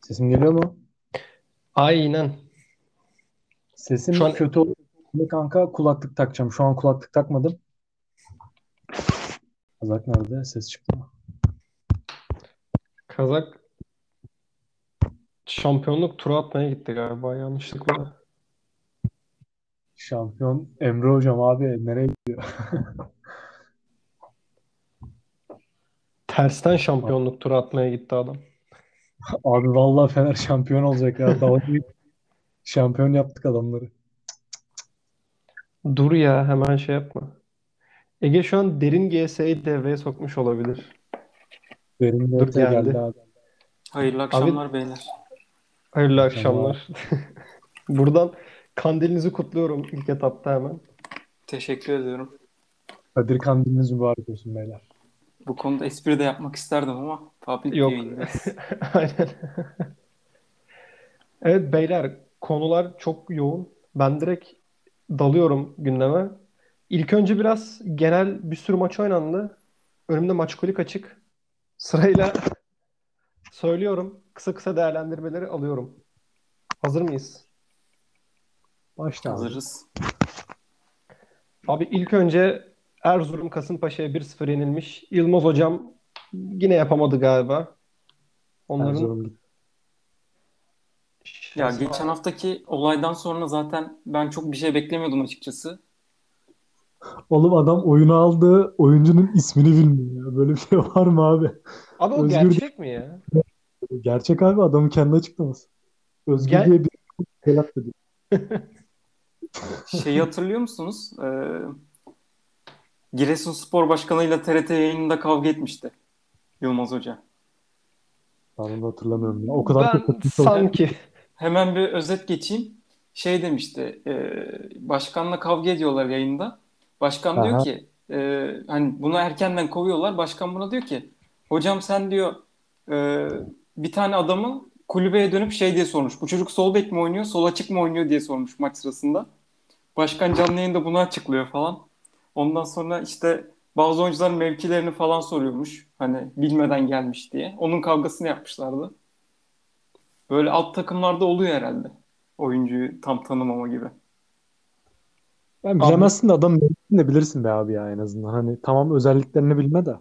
Sesim geliyor mu? Aynen. Şu Sesim an kötü oldu kanka, kulaklık takacağım. Şu an kulaklık takmadım. Kazak nerede? Ses çıktı mı? Kazak şampiyonluk turu atmaya gitti galiba yanlışlıkla. Şampiyon Emre hocam abi nereye gidiyor? Tersten şampiyonluk turu atmaya gitti adam. Abi vallahi Fener şampiyon olacak ya. Dalga şampiyon yaptık adamları. Dur ya hemen şey yapma. Ege şu an derin GS'yi devreye sokmuş olabilir. Derin Dur DT geldi geldi. abi. Hayırlı Abi akşamlar beyler. hayırlı Akşamlar abi. akşamlar. Buradan kandilinizi kutluyorum ilk etapta hemen. Teşekkür ediyorum. Kadir Kandiliniz mübarek olsun beyler. Bu konuda espri de yapmak isterdim ama public Yok. viewing'deyiz. Aynen. Evet beyler konular çok yoğun. Ben direkt dalıyorum gündeme. İlk önce biraz genel bir sürü maç oynandı. Önümde maçkolik açık. Sırayla söylüyorum. Kısa kısa değerlendirmeleri alıyorum. Hazır mıyız? Başla abi. Hazırız. Abi ilk önce Erzurum Kasımpaşa'ya 1-0 yenilmiş. Yılmaz hocam yine yapamadı galiba. Onların Erzurum gitti. Ya şansı geçen haftaki olaydan sonra zaten ben çok bir şey beklemiyordum açıkçası. Oğlum adam oyunu aldı. Oyuncunun ismini bilmiyor ya. Böyle bir şey var mı abi? Abi o Özgür gerçek değil. mi ya? Gerçek abi, adamın kendi açıklaması. Özgür Gel diye bir gol attı diyor. Şeyi hatırlıyor musunuz? Giresunspor Başkanı'yla TRT yayınında kavga etmişti Yılmaz Hoca. Ben onu hatırlamıyorum ya. O kadar çok ben takım çalıştım. sanki Hemen bir özet geçeyim. Şey demişti, başkanla kavga ediyorlar yayında. Başkan diyor Aha. ki, hani bunu erkenden kovuyorlar. Başkan buna diyor ki, hocam sen diyor, e, bir tane adamı kulübeye dönüp şey diye sormuş. Bu çocuk sol bek mi oynuyor, sol açık mı oynuyor diye sormuş maç sırasında. Başkan canlı yayında bunu açıklıyor falan. Ondan sonra işte bazı oyuncuların mevkilerini falan soruyormuş. Hani bilmeden gelmiş diye. Onun kavgasını yapmışlardı. Böyle alt takımlarda oluyor herhalde. Oyuncuyu tam tanımama gibi. Ben abi bilemezsin de adam mevkisini de bilirsin be abi ya, en azından. Hani tamam, özelliklerini bilme de.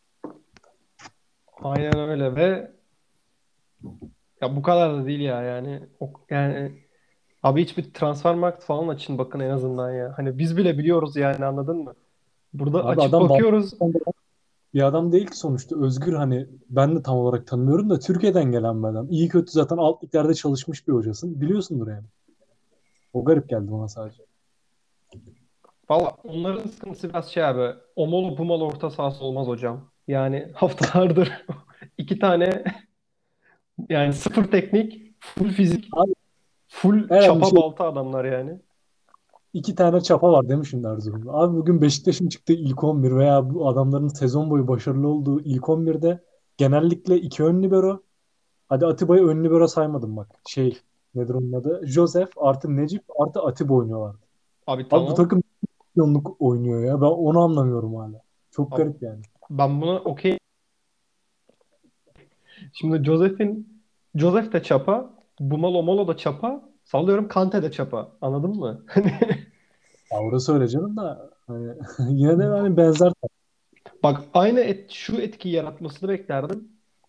aynen öyle ve ya bu kadar da değil ya yani yani abi hiçbir transfer market falan açın bakın en azından ya. Hani biz bile biliyoruz yani anladın mı? Burada Abi açıp adam bakıyoruz. Balkan'da bir adam değil ki sonuçta. Özgür, hani ben de tam olarak tanımıyorum da Türkiye'den gelen bir adam. İyi kötü zaten alt liglerde çalışmış bir hocasın. Biliyorsundur yani. O garip geldi bana sadece. Valla onların sıkıntısı biraz şey abi. Omolu bumalı orta sahası olmaz hocam. Yani haftalardır iki tane yani sıfır teknik, full fizik, Abi full en önemli çapa şey, balta adamlar yani. iki tane çapa var demişim Erzurum'da. Abi bugün Beşiktaş'ın çıktığı ilk 11 veya bu adamların sezon boyu başarılı olduğu ilk 11'de genellikle iki ön libero. Hadi Atiba'yı ön libero saymadım bak. Şey, nedir onun adı? Joseph artı Necip artı Atiba oynuyorlar. Abi Abi bu tamam. takım milyonluk oynuyor ya. Ben onu anlamıyorum hala. Çok Abi garip yani. ben buna okey. Şimdi Joseph de çapa, Bumalo Molo da çapa, sallıyorum Kante de çapa. Anladın mı? Ya orası öyle canım da hani yine de hani benzer. Bak şu etkiyi yaratmasını beklerdim.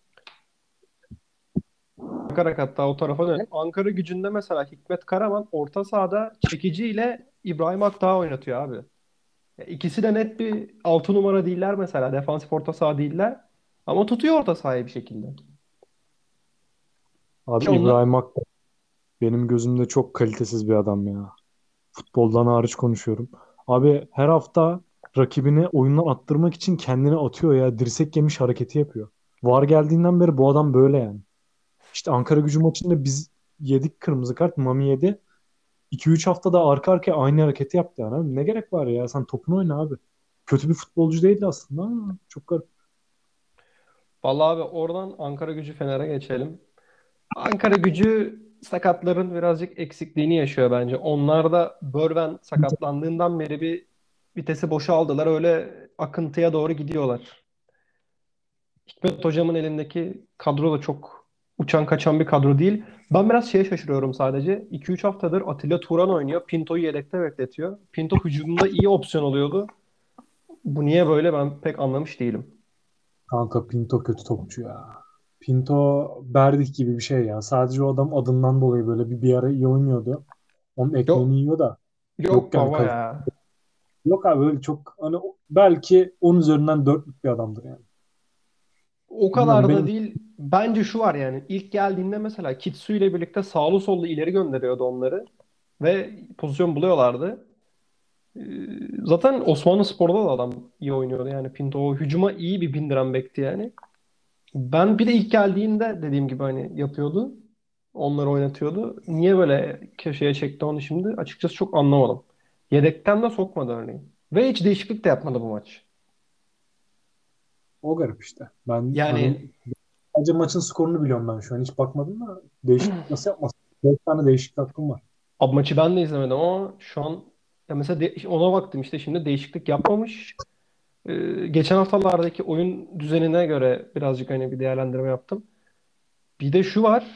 Bakarak hatta o tarafa dön. Ankara Gücü'nde mesela Hikmet Karaman orta sahada çekici ile İbrahim Akdağ oynatıyor abi. Ya İkisi de net bir 6 numara değiller mesela. Defansif orta saha değiller. Ama tutuyor orta sahayı bir şekilde. Abi Ki onlar İbrahim Ak benim gözümde çok kalitesiz bir adam ya. Futboldan hariç konuşuyorum. Abi her hafta rakibini oyundan attırmak için kendini atıyor ya. Dirsek yemiş hareketi yapıyor. VAR geldiğinden beri bu adam böyle yani. İşte Ankara Gücü maçında biz yedik kırmızı kart. Mami yedi. 2-3 haftada arka arkaya aynı hareketi yaptı yani. Ne gerek var ya? Sen topunu oyna abi. Kötü bir futbolcu değildi aslında ama çok garip. vallahi abi oradan Ankara Gücü Fener'e geçelim. Ankara Gücü sakatların birazcık eksikliğini yaşıyor bence. Onlar da Börven sakatlandığından beri bir vitesi boşaldılar. Öyle akıntıya doğru gidiyorlar. Hikmet hocamın elindeki kadro da çok uçan kaçan bir kadro değil. Ben biraz şeye şaşırıyorum sadece. 2-3 haftadır Atilla Turan oynuyor. Pinto'yu yedekte bekletiyor. Pinto hücumda iyi opsiyon oluyordu. Bu niye böyle ben pek anlamış değilim. Kanka Pinto kötü topçu ya. Pinto Berdik gibi bir şey ya. Sadece o adam adından dolayı böyle bir ara iyi oynuyordu. Onun Yok, ekmeğini yiyor da. yok Yok yani baba kalite. ya. Yok abi öyle çok hani belki 10 üzerinden 4'lük bir adamdır yani. O Bilmiyorum kadar da benim değil. Bence şu var yani. İlk geldiğinde mesela Kitsu ile birlikte sağlı sollu ileri gönderiyordu onları. Ve pozisyon buluyorlardı. Ee, Zaten Osmanlıspor'da da adam iyi oynuyordu yani. Pinto o hücuma iyi bir bindiren bekti yani. Ben bir de ilk geldiğinde dediğim gibi hani yapıyordu. Onları oynatıyordu. Niye böyle köşeye çekti onu şimdi? Açıkçası çok anlamadım. Yedekten de sokmadı örneğin. Ve hiç değişiklik de yapmadı bu maç. o garip işte. Ben hani Yani sadece maçın skorunu biliyorum ben şu an. Hiç bakmadım da değişiklik nasıl yapmasın? 4 tane değişiklik hakkım var. abi maçı ben de izlemedim ama şu an ya mesela ona baktım işte şimdi değişiklik yapmamış. Geçen haftalardaki oyun düzenine göre birazcık hani bir değerlendirme yaptım. Bir de şu var.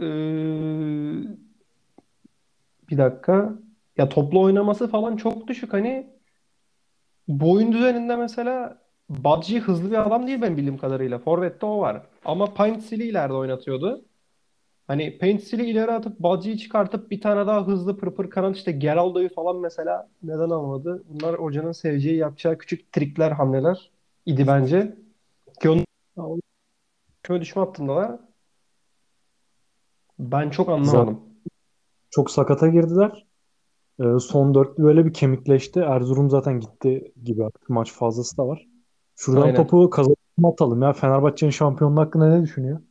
Bir dakika. Ya toplu oynaması falan çok düşük. Hani bu oyun düzeninde mesela Badji hızlı bir adam değil benim bildiğim kadarıyla. Forvet'te o var. Ama Paintsil'i ileride oynatıyordu. Hani Paintsil'i ileri atıp Badji'yi çıkartıp bir tane daha hızlı pırpır kanat işte Geraldo'yu falan mesela neden almadı? Bunlar hocanın seveceği yapacağı küçük trikler, hamleler idi bence. Ki onun Ya o- küme düşme hattındalar. Ben çok Zaten anlamadım. çok sakata girdiler. Son dörtlü böyle bir kemikleşti. Erzurum zaten gitti gibi artık. Maç fazlası da var. Şuradan Aynen. topu kazanıp atalım ya. Fenerbahçe'nin şampiyonluğu hakkında ne düşünüyor?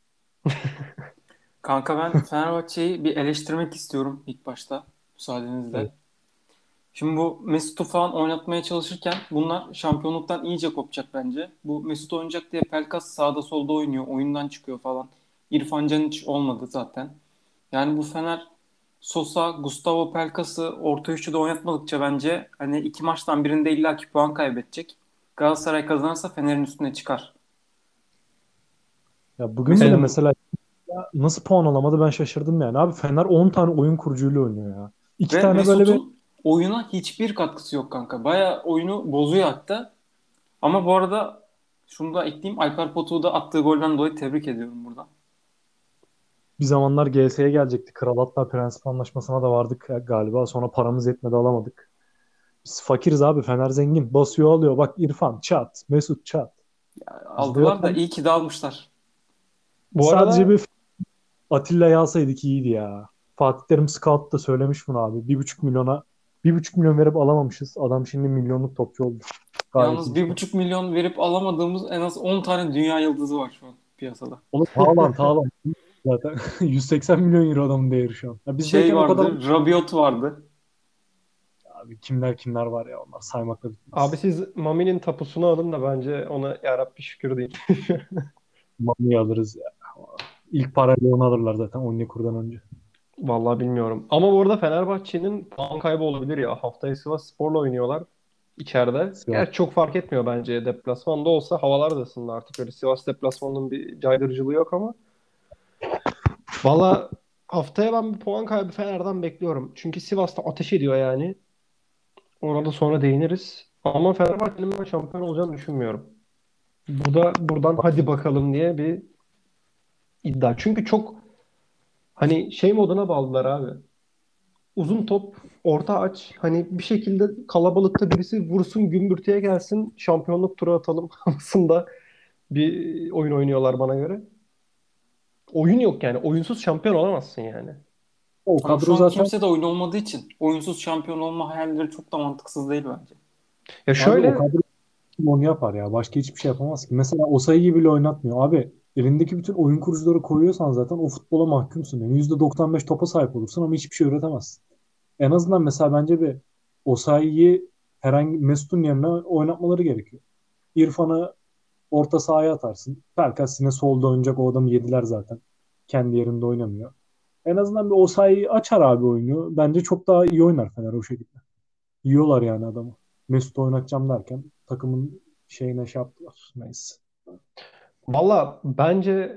Kanka ben Fenerbahçe'yi bir eleştirmek istiyorum ilk başta Evet. müsaadenizle. Şimdi bu Mesut'u falan oynatmaya çalışırken bunlar şampiyonluktan iyice kopacak bence. Bu Mesut oynayacak diye Pelkas sağda solda oynuyor, oyundan çıkıyor falan. İrfan Can hiç olmadı zaten. Yani bu Fener Sosa, Gustavo Pelkas'ı orta üçlüde oynatmadıkça bence hani iki maçtan birinde illaki puan kaybedecek. Galatasaray kazanırsa Fener'in üstüne çıkar. Ya bugün bile Mesut'un mesela nasıl puan alamadı ben şaşırdım yani. Abi Fener 10 tane oyun kurucuyla oynuyor ya. İki ve tane böyle bir Mesut'un oyuna hiçbir katkısı yok kanka. Baya oyunu bozuyor hatta. Ama bu arada şunu da ekleyeyim. Alper Potuk'u da attığı golden dolayı tebrik ediyorum burada. bir zamanlar GS'ye gelecekti. Kral hatta prensip anlaşmasına da vardık galiba. Sonra paramız yetmedi alamadık. Biz fakiriz abi. Fener zengin. Basıyor alıyor. Bak İrfan çat. Mesut çat. Bizde yok Aldılar da abi. iyi ki de almışlar. Bu Sadece arada bir Atilla yağsaydık iyiydi ya. Fatih Terim Scout da söylemiş bunu abi. 1,5 milyona 1,5 milyon verip alamamışız. Adam şimdi milyonluk topçu oldu. Gayet Yalnız iyi bir işte. buçuk milyon verip alamadığımız en az 10 tane dünya yıldızı var şu an piyasada. Oğlum Haaland zaten 180 milyon euro adamın değeri şu an. Ya Şey bizdeyken o kadar vardı, Rabiot vardı. abi kimler var ya onlar saymakla abi bitmez. siz Mami'nin tapusunu alın da bence ona yarabbi şükür deyin. Mami'yi alırız ya. İlk parayla onu alırlar zaten Onyekuru'dan önce. Vallahi bilmiyorum. Ama bu arada Fenerbahçe'nin puan kaybı olabilir ya. Haftaya Sivasspor'la oynuyorlar içeride. Sivas. Gerçi çok fark etmiyor bence. Deplasmanda olsa havalar da ısındı artık. Öyle Sivas deplasmanının bir caydırıcılığı yok ama. Valla haftaya ben bir puan kaybı Fener'den bekliyorum. Çünkü Sivas'ta ateş ediyor yani. Ona da sonra değiniriz. Ama Fenerbahçe'nin ben şampiyon olacağını düşünmüyorum. Bu da buradan hadi bakalım diye bir iddia. Çünkü çok hani şey moduna bağlılar abi. Uzun top, orta aç. Hani bir şekilde kalabalıkta birisi vursun, gümbürtüye gelsin, şampiyonluk turu atalım havasında bir oyun oynuyorlar bana göre. Oyun yok yani. Oyunsuz şampiyon olamazsın yani. O Ama şu kadro an zaten kimse de oyun olmadığı için oyunsuz şampiyon olma hayalleri çok da mantıksız değil bence. Ya abi o şöyle kadro onu yapar ya. Başka hiçbir şey yapamaz ki. Mesela Osayi'yi bile oynatmıyor. Abi elindeki bütün oyun kurucuları koyuyorsan zaten o futbola mahkumsun. Yani %95 topa sahip olursun ama hiçbir şey üretemezsin. En azından mesela bence bir Osayi'yi herhangi Mesut'un yerine oynatmaları gerekiyor. İrfan'ı orta sahaya atarsın. Pelkas yine solda oynayacak o adamı yediler zaten. Kendi yerinde oynamıyor. En azından bir Osayi açar abi oyunu. Bence çok daha iyi oynar Fener o şekilde. Yiyorlar yani adamı. Mesut oynatacağım derken takımın şeyine şey yaptılar. Neyse. valla bence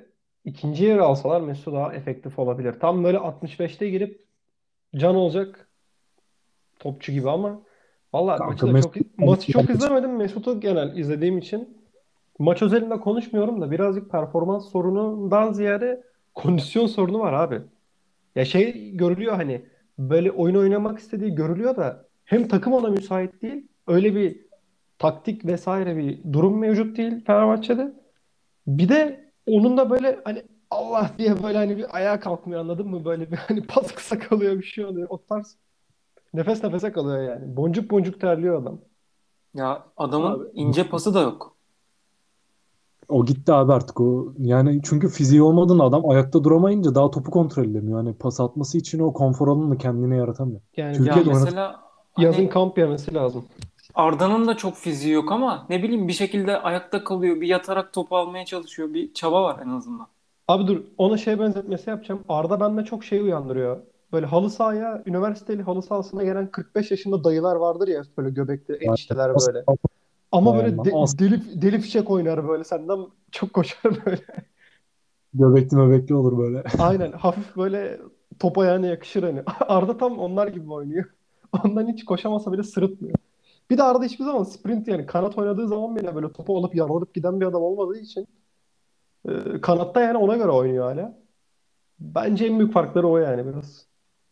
ikinci yarı alsalar Mesut daha efektif olabilir. Tam böyle 65'te girip can olacak topçu gibi ama valla Kanka Mesut maçı çok izlemedim. Mesut'u genel izlediğim için maç özelinde konuşmuyorum da birazcık performans sorunundan ziyade kondisyon sorunu var abi. Ya şey görülüyor hani böyle oyun oynamak istediği görülüyor da hem takım ona müsait değil. Öyle bir taktik vesaire bir durum mevcut değil Fenerbahçe'de. Bir de onun da böyle hani Allah diye böyle hani bir ayağa kalkmıyor anladın mı? Böyle bir hani pas kısa kalıyor bir şey oluyor. O tarz nefes nefese kalıyor yani. Boncuk boncuk terliyor adam. Ya abi, adamın ince pası da yok. o gitti abi artık o. Yani çünkü fiziği olmadığında adam ayakta duramayınca daha topu kontrol edemiyor. Yani pas atması için o konfor alanını kendine yaratamıyor. Yani Ya Türkiye'de bir oynat mesela yazın hani kamp yemesi lazım. Arda'nın da çok fiziği yok ama ne bileyim bir şekilde ayakta kalıyor. Bir yatarak topu almaya çalışıyor. Bir çaba var en azından. Abi dur ona şey benzetmesi yapacağım. Arda bende çok şey uyandırıyor. Böyle halı sahaya, üniversiteli halı sahasına gelen 45 yaşında dayılar vardır ya böyle göbekli yani enişteler pas böyle. Ama böyle ayağından az deli fişek oynar böyle senden çok koşar böyle. göbekli möbekli olur böyle. Aynen hafif böyle top ayağına yakışır hani. Arda tam onlar gibi oynuyor. Ondan hiç koşamasa bile sırıtmıyor. Bir de Arda hiçbir zaman sprint yani kanat oynadığı zaman bile böyle topu alıp yarılıp giden bir adam olmadığı için kanatta yani ona göre oynuyor hala. Bence en büyük farkları o yani biraz.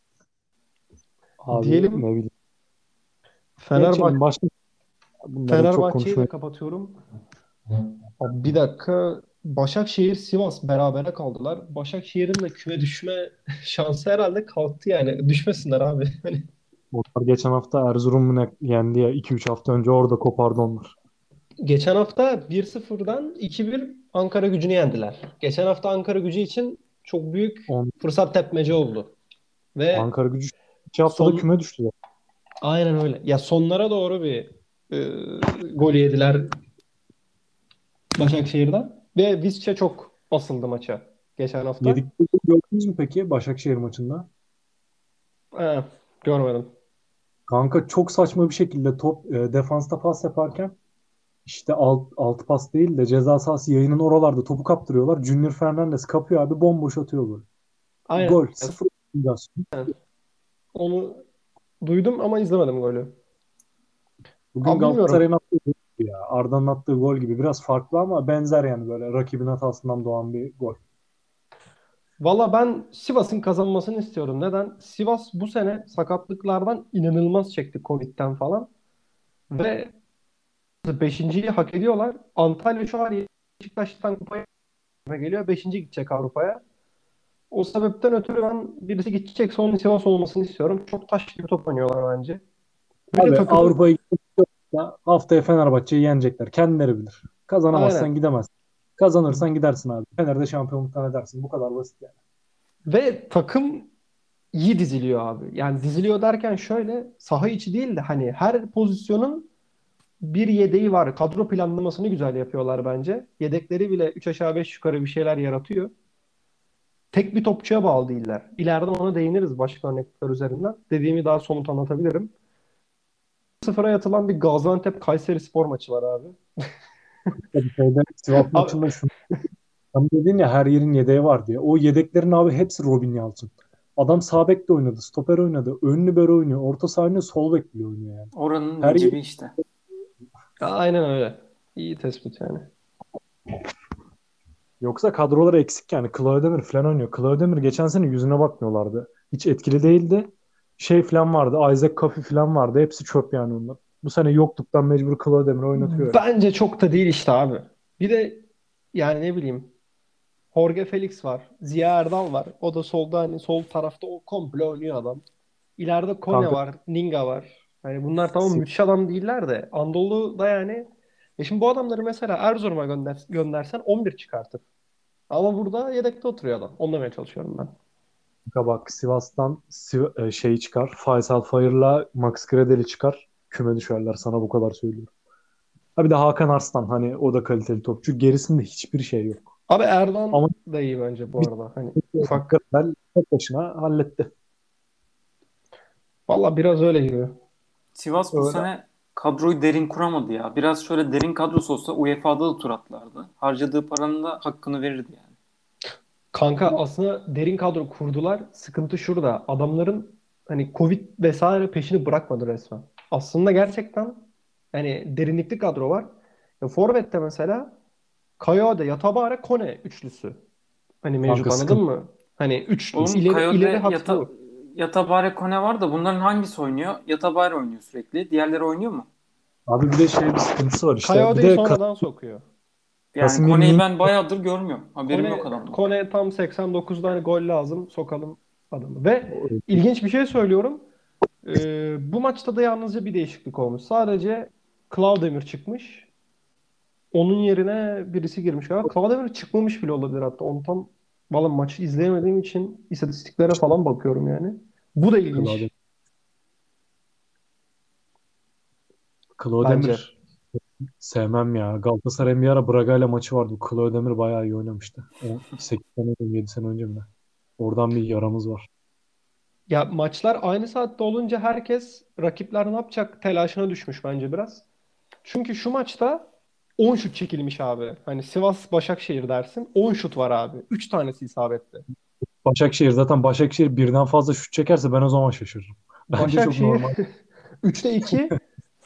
Abi Diyelim ne bileyim. Geçelim Fenerbahçe başka, bunları çok Fenerbahçe'yi de konuşmayalım. kapatıyorum. Abi bir dakika. Başakşehir Sivas berabere kaldılar. Başakşehir'in de küme düşme şansı herhalde kalktı yani. Düşmesinler abi. Hani Onlar geçen hafta Erzurum'u yendi ya 2-3 hafta önce orada kopardı onlar. geçen hafta 1-0'dan 2-1 Ankara Gücü'nü yendiler. Geçen hafta Ankara Gücü için çok büyük On, fırsat tepmece oldu. Ve Ankara Gücü 2 haftada son küme düştüler. aynen öyle. Ya sonlara doğru bir e, gol yediler Başakşehir'den. Ve Visca çok asıldı maça geçen hafta. Yedikleri gördünüz mü peki Başakşehir maçında? He, görmedim. Kanka çok saçma bir şekilde top defansta pas yaparken işte alt pas değil de ceza sahası yayının oralarda topu kaptırıyorlar. Junior Fernandes kapıyor abi bomboş atıyor gol. Aynen. Gol. Sıfır organizasyon. Onu duydum ama izlemedim golü. Bugün Abi bilmiyorum. Galatasaray'ın attığı gol gibi ya. Arda'nın attığı gol gibi. Biraz farklı ama benzer yani böyle rakibin hatasından doğan bir gol. Valla ben Sivas'ın kazanmasını istiyorum. Neden? Sivas bu sene sakatlıklardan inanılmaz çekti Covid'den falan. Ve beşinciyi hak ediyorlar. Antalya şu an Beşiktaş'tan kupaya geliyor. Beşinci gidecek Avrupa'ya. O sebepten ötürü ben birisi gidecek sonra Sivas olmasını istiyorum. Çok taş gibi top oynuyorlar bence. Bir de Abi takımın Avrupa'ya gittikten haftaya Fenerbahçe'yi yenecekler. Kendileri bilir. aynen. Kazanamazsan gidemezsin. Kazanırsan gidersin abi. Fener'de şampiyonluktan edersin. Bu kadar basit yani. Ve takım iyi diziliyor abi. Yani diziliyor derken şöyle saha içi değil de hani her pozisyonun bir yedeği var. Kadro planlamasını güzel yapıyorlar bence. Yedekleri bile 3 aşağı 5 yukarı bir şeyler yaratıyor. Tek bir topçuya bağlı değiller. İleride ona değiniriz başka örnekler üzerinden. Dediğimi daha somut anlatabilirim. Sıfıra yatılan bir Gaziantep Kayseri Spor maçı var abi. Tabii şeyde, Sivas Abi, maçında şunu sen dedin ya her yerin yedeği var diye. O yedeklerin abi hepsi Robin Yalçın. Adam sağ bek de oynadı, stoper oynadı, ön libero oynuyor, orta saha oynuyor, sol bek bile oynuyor yani. Oranın Her yer mucibi işte. aynen öyle. İyi tespit yani. yoksa kadroları eksik yani. Klaudemir falan oynuyor. Klaudemir geçen sene yüzüne bakmıyorlardı. Hiç etkili değildi. Şey falan vardı. Isaac Coffey falan vardı. Hepsi çöp yani onlar. Bu sene yokluktan mecbur Klaudemir oynatıyor ya. Bence çok da değil işte abi. Bir de yani ne bileyim Jorge Felix var. Ziya Erdal var. O da solda hani sol tarafta o komple oynuyor adam. İleride Kone Kanka var. Ninga var. Hani bunlar tamam müthiş adam değiller de Anadolu da yani şimdi bu adamları mesela Erzurum'a göndersen 11 çıkartır. Ama burada yedekte oturuyor adam. Onu demeye çalışıyorum ben. bak Sivas'tan şey çıkar. Faysal Fayır'la Max Gradeli çıkar. Küme düşerler sana bu kadar söylüyorum. Ha bir de Hakan Arslan hani o da kaliteli topçu. Gerisinde hiçbir şey yok. Abi Erdoğan Ama da iyi bence bu bir arada. Hani ufak. Gradel tek başına halletti. Valla biraz öyle gibi. Sivas bu Öyle. sene kadroyu derin kuramadı ya. Biraz şöyle derin kadrosu olsa UEFA'da da tur atlardı. Harcadığı paranın da hakkını verirdi yani. Kanka aslında derin kadro kurdular. Sıkıntı şurada. Adamların hani Covid vesaire peşini bırakmadı resmen. Aslında gerçekten hani derinlikli kadro var. Ya Forvet'te mesela Kayode, Yatabare, Kone üçlüsü. Hani mevcut Kanka anladın sıkıntı. mı? Hani üç Oğlum ileri Kayode hat bu. Yatabare Kone var da bunların hangisi oynuyor? Yatabare oynuyor sürekli. Diğerleri oynuyor mu? Abi bir de şey bir sıkıntısı var işte. Bir Kayode'yi de sonradan sokuyor. Yani Kasimir Kone'yi Ning ben bayağıdır görmüyorum. Haberim yok Kone, adamdan. Kone tam 89'da hani gol lazım. Sokalım adamı. Ve ilginç bir şey söylüyorum. Bu maçta da yalnızca bir değişiklik olmuş. Sadece Klaudemir çıkmış. Onun yerine birisi girmiş galiba. Klaudemir çıkmamış bile olabilir hatta. Onu tam valla maçı izleyemediğim için istatistiklere falan bakıyorum yani. Bu da Claude, ilginç bence. Claudemir sevmem ya. Galatasaray'ın bir ara Braga ile maçı vardı. Claudemir bayağı iyi oynamıştı. O 8 sene önce, 7 sene önce mi ne? Oradan bir yaramız var. Ya maçlar aynı saatte olunca herkes rakipler ne yapacak telaşına düşmüş bence biraz. Çünkü şu maçta 10 şut çekilmiş abi. Hani Sivas Başakşehir dersin. 10 şut var abi. 3 tanesi isabetli. Başakşehir zaten Başakşehir birden fazla şut çekerse ben o zaman şaşırırım. Bence çok Başakşehir normal. 3'te 2,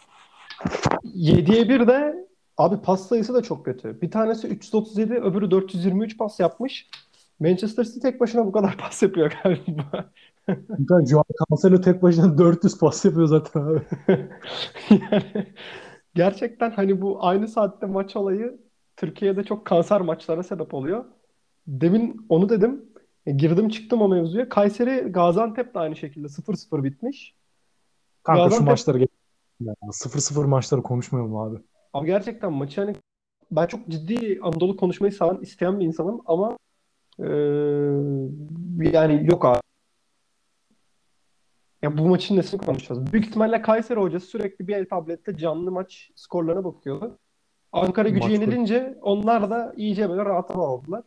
7'ye 1 de abi pas sayısı da çok kötü. Bir tanesi 337, öbürü 423 pas yapmış. Manchester City tek başına bu kadar pas yapıyor galiba. Zaten Joao Cancelo tek başına 400 pas yapıyor zaten abi. Yani gerçekten hani bu aynı saatte maç olayı Türkiye'de çok kanser maçlara sebep oluyor. Demin onu dedim. Girdim çıktım o mevzuya. Kayseri Gaziantep de aynı şekilde 0-0 bitmiş. Kanka şu Gaziantep maçları geç. 0-0 maçları konuşmayalım abi. abi gerçekten maçı hani ben çok ciddi Anadolu konuşmayı seven, isteyen bir insanım ama Ee, yani yok abi. Ya bu maçın nesini konuşacağız? Büyük ihtimalle Kayseri hocası sürekli bir el tablette canlı maç skorlarına bakıyordu. Ankara Gücü Maç golü. yenilince onlar da iyice böyle rahata aldılar.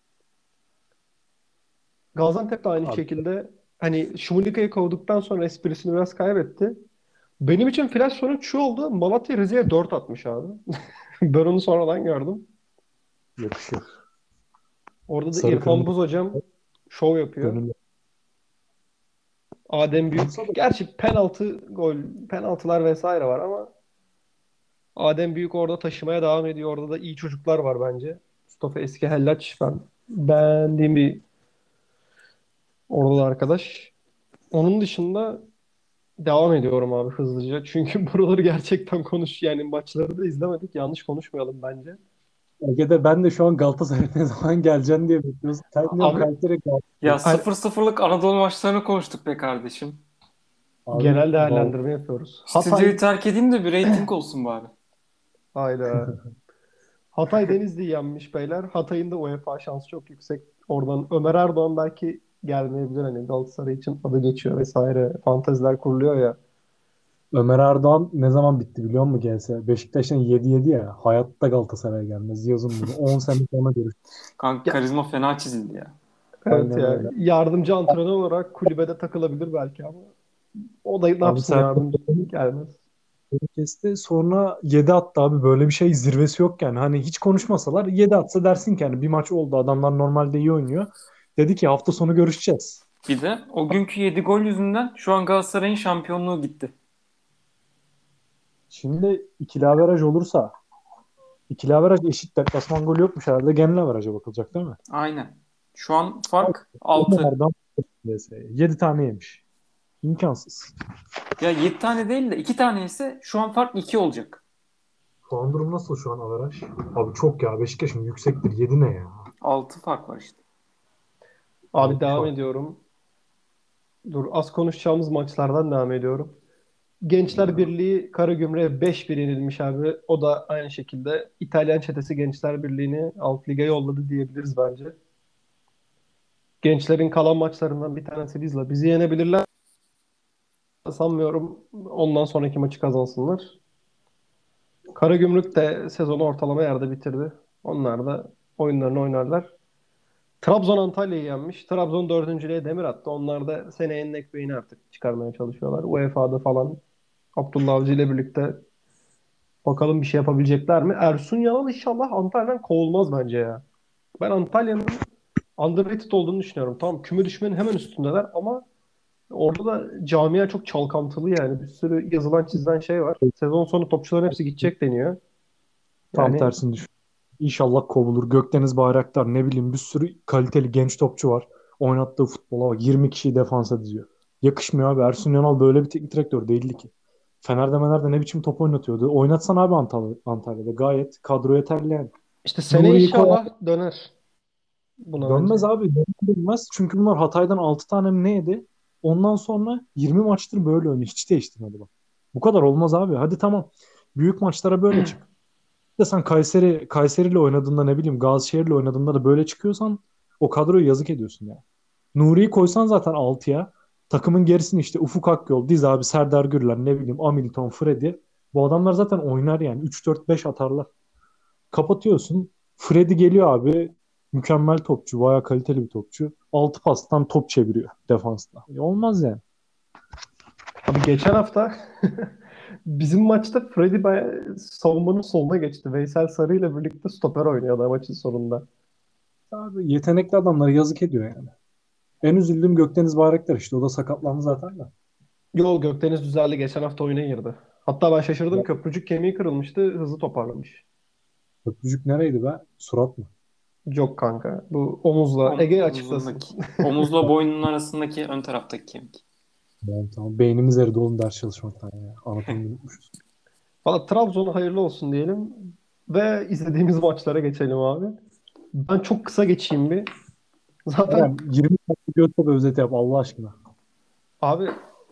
Gaziantep de aynı Abi, şekilde hani Şumudika'yı kovduktan sonra esprisini biraz kaybetti. Benim için flash sonuç şu oldu. Malatya Rize'ye 4 atmış abi. Ben onu sonradan gördüm. yakışıyor. Orada da Sarı İrfan kırmızı Buz hocam şov yapıyor. önünde. Adem Olsa Büyük. da Gerçi penaltılar vesaire var ama Adem Büyük orada taşımaya devam ediyor. Orada da iyi çocuklar var bence. Mustafa Eski Hellaç ben beğendiğim bir orada da arkadaş. Onun dışında devam ediyorum abi hızlıca. Çünkü buraları gerçekten yani maçları da izlemedik. Yanlış konuşmayalım bence. Ege'de ben de şu an Galatasaray ne zaman geleceğini diye bekliyoruz. Sen diyorum Abi, Kayseri Ya Galatasaray. hani 0-0'lık Anadolu maçlarını konuştuk be kardeşim. Abi genel vallahi değerlendirme yapıyoruz. Stüdyoyu terk edeyim de bir reyting olsun bari. Hayda. Hatay Denizli'yi yenmiş beyler. Hatay'ın da UEFA şansı çok yüksek. Oradan Ömer Erdoğan belki gelmeyebilir. Hani Galatasaray için adı geçiyor vesaire. Fanteziler kuruluyor ya. Ömer Erdoğan ne zaman bitti biliyor musun gelse? Beşiktaş'tan 7-7 ya. Hayatta Galatasaray'a gelmez. Yazın bunu. 10 sene sonra görüşürüz. Kanka Ya, karizma fena çizildi ya. evet Aynen ya. öyle. Yardımcı antrenör olarak kulübede takılabilir belki ama o da ne Abi yapsın sen yardımcı gelmez. kesti sonra 7 attı abi. Böyle bir şey zirvesi yok yani. Hani hiç konuşmasalar 7 atsa dersin ki hani bir maç oldu. Adamlar normalde iyi oynuyor. Dedi ki hafta sonu görüşeceğiz. Bir de o günkü 7 gol yüzünden şu an Galatasaray'ın şampiyonluğu gitti. Şimdi ikili averaj olursa ikili averaj eşit deplasman golü yokmuş herhalde. Genel averaja bakılacak değil mi? Aynen. Şu an fark 6. Onlardan 7 tane yemiş. İmkansız. Ya 7 tane değil de 2 tane ise şu an fark 2 olacak. Şu an durum nasıl şu an averaj? Abi çok ya. Beşiktaş'ın yüksektir. 7 ne ya? 6 fark var işte. Abi 6 devam fark. ediyorum. Dur az konuşacağımız maçlardan devam ediyorum. Gençler Birliği Karagümrük'e 5-1 yenilmiş abi. O da aynı şekilde İtalyan çetesi Gençler Birliği'ni alt lige yolladı diyebiliriz bence. Gençlerin kalan maçlarından bir tanesi bizle. Bizi yenebilirler. Sanmıyorum ondan sonraki maçı kazansınlar. Karagümrük de sezonu ortalama yerde bitirdi. Onlar da oyunlarını oynarlar. Trabzon Antalya'yı yenmiş. Trabzon dördüncülüğe demir attı. Onlar da seneyenin ekmeğini artık çıkarmaya çalışıyorlar. UEFA'da falan Abdullah Avcı ile birlikte bakalım bir şey yapabilecekler mi? Ersun Yanal inşallah Antalya'dan kovulmaz bence ya. Ben Antalya'nın underrated olduğunu düşünüyorum. Tamam, küme düşmenin hemen üstündeler ama orada da camia çok çalkantılı yani. Bir sürü yazılan çizilen şey var. Sezon sonu topçuların hepsi gidecek deniyor. Tam Yani tersini düşün. İnşallah kovulur. Gökdeniz Bayraktar, ne bileyim, bir sürü kaliteli genç topçu var. Oynattığı futbola bak. 20 kişiyi defansa diziyor. Yakışmıyor abi. Ersun Yanal böyle bir teknik direktör değildi ki. Fener'de ne biçim top oynatıyordu. Oynatsan abi Antalya'da. Gayet kadro yeterli yani. işte sene Nuri'yi koy. inşallah döner buna Dönmez bence. abi. Dönmez. Çünkü bunlar Hatay'dan 6 tane mi ne yedi? Ondan sonra 20 maçtır böyle oynuyor. Hiç değiştirmedi bak. Bu kadar olmaz abi. Hadi tamam. Büyük maçlara böyle çık. De sen Kayseri'yle oynadığında, ne bileyim, Gazişehir'le oynadığında da böyle çıkıyorsan o kadroyu yazık ediyorsun ya. Nuri'yi koysan zaten 6'ya, takımın gerisini işte Ufuk Akyol, Diz abi, Serdar Gürler, ne bileyim, Hamilton, Freddy, bu adamlar zaten oynar yani, 3-4-5 atarlar. Kapatıyorsun. Freddy geliyor abi, mükemmel topçu, bayağı kaliteli bir topçu. 6 pastan top çeviriyor defansta. Olmaz yani. Abi geçen hafta bizim maçta Freddy bayağı savunmanın soluna geçti. Veysel Sarı ile birlikte stoper oynuyordu maçın sonunda. Abi yetenekli adamları yazık ediyor yani. En üzüldüğüm Gökdeniz Bayraktar, işte o da sakatlandı zaten de. Yol Gökdeniz düzeldi. Geçen hafta oyuna girdi. Hatta ben şaşırdım. Köprücük kemiği kırılmıştı. Hızlı toparlamış. Köprücük nereydi be? Surat mı? Yok kanka. Bu omuzla. Ege açıklasın. Omzundaki. Omuzla boynunun arasındaki ön taraftaki kemik. Tamam, tamam. Beynimiz eridi oğlum ders çalışmaktan ya. Anatomi unutmuşuz. Valla Trabzon'a hayırlı olsun diyelim. Ve izlediğimiz maçlara geçelim abi. Ben çok kısa geçeyim bir. Zaten Tamam, 20 dakika Göztepe özeti yap Allah aşkına. abi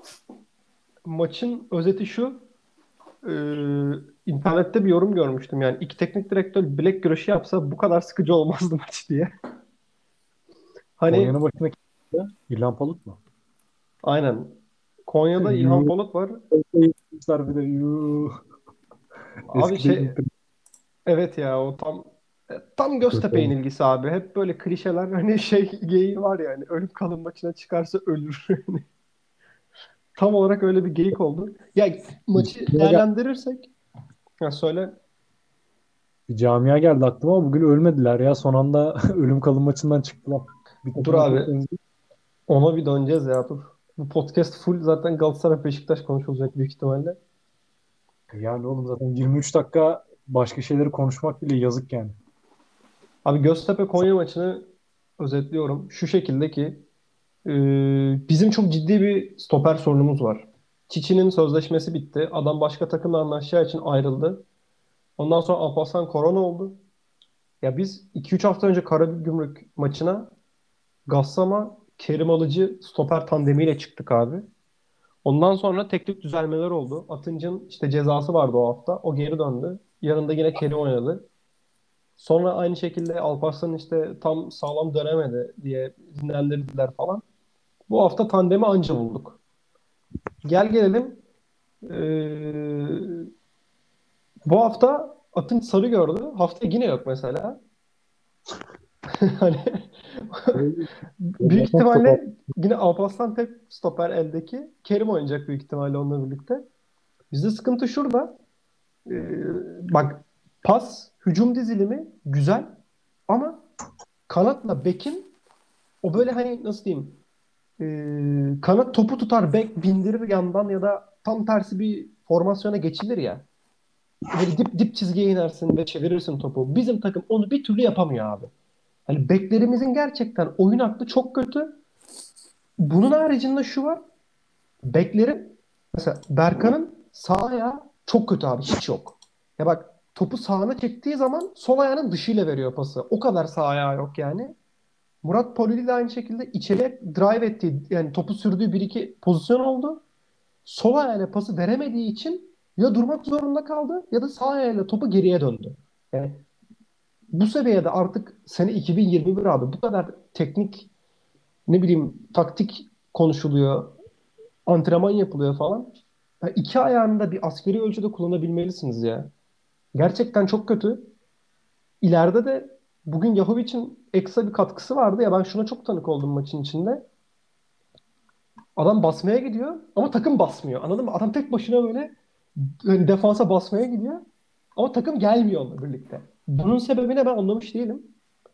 maçın özeti şu. e, internette bir yorum görmüştüm. Yani iki teknik direktör bilek güreşi yapsa bu kadar sıkıcı olmazdı maç diye. Hani Konya'nın başına kimdi? İlhan Palut mu? aynen. Konya'da İlhan Yuh. Polat var. Yapmışlar bir de. Yuh. Abi Eski şey, teknik direktör. evet ya, o tam Kötü Göztepe olmuş. yenilgisi abi. Hep böyle klişeler, hani şey geyiği var yani. Ölüm kalım maçına çıkarsa ölür. Tam olarak öyle bir geyik oldu. Ya maçı Camia gel- değerlendirirsek, ya söyle. Bir camia geldi aklıma ama bugün ölmediler ya. Son anda ölüm kalım maçından çıktılar. Bir Dur takıma abi, çok benziyor. ona bir döneceğiz ya, dur. Bu podcast full zaten Galatasaray Beşiktaş konuşulacak büyük ihtimalle. Yani oğlum zaten 23 dakika başka şeyleri konuşmak bile yazık yani. Abi Göztepe Konya maçını özetliyorum. Şu şekilde ki bizim çok ciddi bir stoper sorunumuz var. Çiçi'nin sözleşmesi bitti. Adam başka takımla anlaşacağı için ayrıldı. Ondan sonra Alparslan korona oldu. Ya biz 2-3 hafta önce Karagümrük maçına Gassama, Kerim Alıcı stoper tandemiyle çıktık abi. Ondan sonra teknik düzelmeler oldu. Atınç'ın işte cezası vardı o hafta. O geri döndü. Yanında yine Kerim oynadı. Sonra aynı şekilde Alparslan işte tam sağlam dönemedi diye dinlendirdiler falan. Bu hafta tandemi anca bulduk. Gel gelelim. Ee, bu hafta Atınç sarı gördü. Haftaya yine yok mesela. Hani büyük Zaten stoper. ihtimalle yine Alparslan tek stoper eldeki. Kerim oynayacak büyük ihtimalle onunla birlikte. Bizde sıkıntı şurada. Bak, pas, hücum dizilimi güzel ama kanatla bekin o böyle, hani nasıl diyeyim, kanat topu tutar, bek bindirir yandan ya da tam tersi bir formasyona geçilir ya. Böyle dip dip çizgiye inersin ve çevirirsin topu. Bizim takım onu bir türlü yapamıyor abi. Hani beklerimizin gerçekten oyun aklı çok kötü. Bunun haricinde şu var. Beklerin, mesela Berkan'ın sağ ayağı çok kötü abi. Hiç yok. Ya bak, topu sağına çektiği zaman sol ayağının dışıyla veriyor pası. O kadar sağ ayağı yok yani. Murat Polili de aynı şekilde içeriye drive ettiği, yani topu sürdüğü bir iki pozisyon oldu. Sol ayağıyla pası veremediği için ya durmak zorunda kaldı ya da sağ ayağıyla topu geriye döndü. Yani bu seviyede artık sene 2021 abi, bu kadar teknik, ne bileyim, taktik konuşuluyor, antrenman yapılıyor falan. Ya iki ayağını da bir askeri ölçüde kullanabilmelisiniz ya. Gerçekten çok kötü. İleride de bugün Yahovic'in ekstra bir katkısı vardı ya, ben şuna çok tanık oldum maçın içinde. Adam basmaya gidiyor ama takım basmıyor. Anladın mı? Adam tek başına böyle hani defansa basmaya gidiyor ama takım gelmiyor onunla birlikte. Bunun sebebini ben anlamış değilim.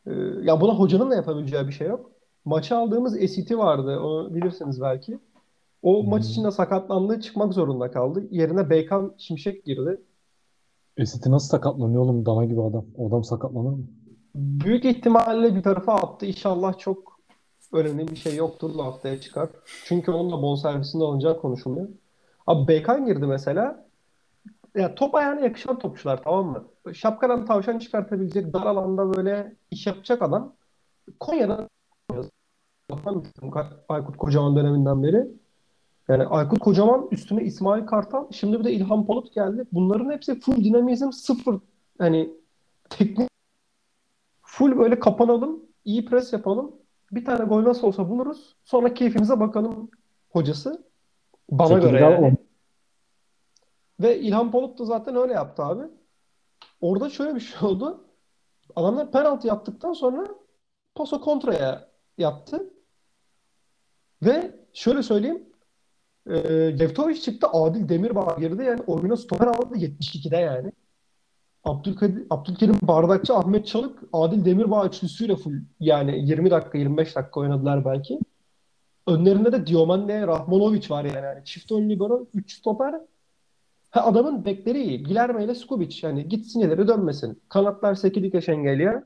Ya buna hocanın da yapabileceği bir şey yok. Maça aldığımız Esiti vardı. Onu bilirsiniz belki. O Hı maç hı. içinde sakatlandı, çıkmak zorunda kaldı. Yerine Beykan Şimşek girdi. Esiti nasıl sakatlanıyor oğlum? Dana gibi adam. O adam sakatlanır mı? Büyük ihtimalle bir tarafa attı. İnşallah çok önemli bir şey yoktur da haftaya çıkar. Çünkü onun da bonservisinde olacağı konuşuluyor. Abi Beykan girdi mesela. Ya top ayağına yakışan topçular, tamam mı? Şapkadan tavşan çıkartabilecek, dar alanda böyle iş yapacak adam. Konya'da Aykut Kocaman döneminden beri. Yani Aykut Kocaman üstüne İsmail Kartal. Şimdi bir de İlhan Palut geldi. Bunların hepsi full dinamizm, sıfır. Hani teknik, full böyle kapanalım, iyi pres yapalım. Bir tane gol nasıl olsa buluruz. Sonra keyfimize bakalım hocası. Bana göre Çekirge yani. on. Ve İlhan Palut da zaten öyle yaptı abi. Orada şöyle bir şey oldu. Adamlar penaltı yaptıktan sonra paso kontraya yaptı. Ve şöyle söyleyeyim. Levtovic çıktı. Adil Demirbağ girdi. Yani oyuna stoper aldı 72'de yani. Abdülkerim Bardakçı, Ahmet Çalık, Adil Demirbağ üçlüsüyle full yani 20 dakika 25 dakika oynadılar belki. Önlerinde de Diomande, Rahmanovic var yani. Yani çift ön libero, 3 stoper. Ha, adamın bekleri iyi. Guilherme ile Skubic. Yani gitsin ileri dönmesin. Kanatlar Sekidike Şengelya.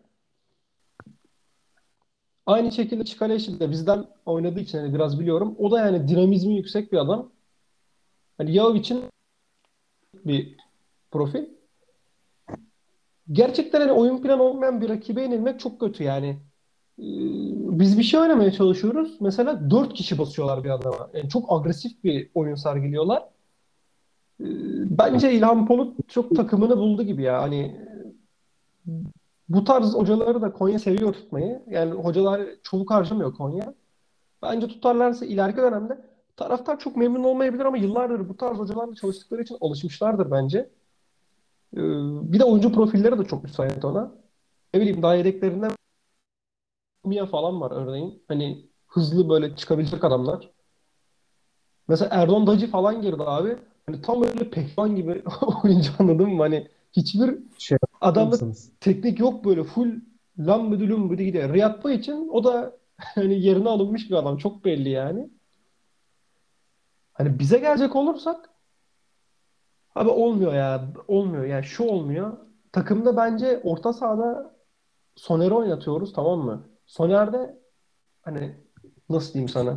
Aynı şekilde Çikaleşi de bizden oynadığı için hani biraz biliyorum. O da yani dinamizmi yüksek bir adam. Hani Yavic'in bir profil. Gerçekten hani oyun planı olmayan bir rakibe yenilmek çok kötü yani. Ee, Biz bir şey oynamaya çalışıyoruz. Mesela 4 kişi basıyorlar bir adama. Yani çok agresif bir oyun sergiliyorlar. Ee, Bence İlhan Polut çok takımını buldu gibi ya. Hani bu tarz hocaları da Konya seviyor tutmayı. Yani hocalar çabuk harcamıyor Konya. Bence tutarlarsa ileriki dönemde taraftar çok memnun olmayabilir ama yıllardır bu tarz hocalarla çalıştıkları için alışmışlardır bence. Ee, Bir de oyuncu profilleri de çok müsait ona. Ne bileyim daha yedeklerinden Mia falan var örneğin. Hani hızlı böyle çıkabilecek adamlar. Mesela Erdoğan Dacı falan girdi abi. Hani tam böyle pehlivan gibi oyuncu, anladın mı? Hani hiçbir Şey yapar adamda mısınız? teknik yok, böyle full lambıdı lumbıdı gidiyor. Riyad için o da hani yerine alınmış bir adam. Çok belli yani. Hani bize gelecek olursak abi olmuyor ya. Olmuyor. Yani şu olmuyor. Takımda bence orta sahada Soner'i oynatıyoruz, tamam mı? Soner'de hani nasıl diyeyim sana?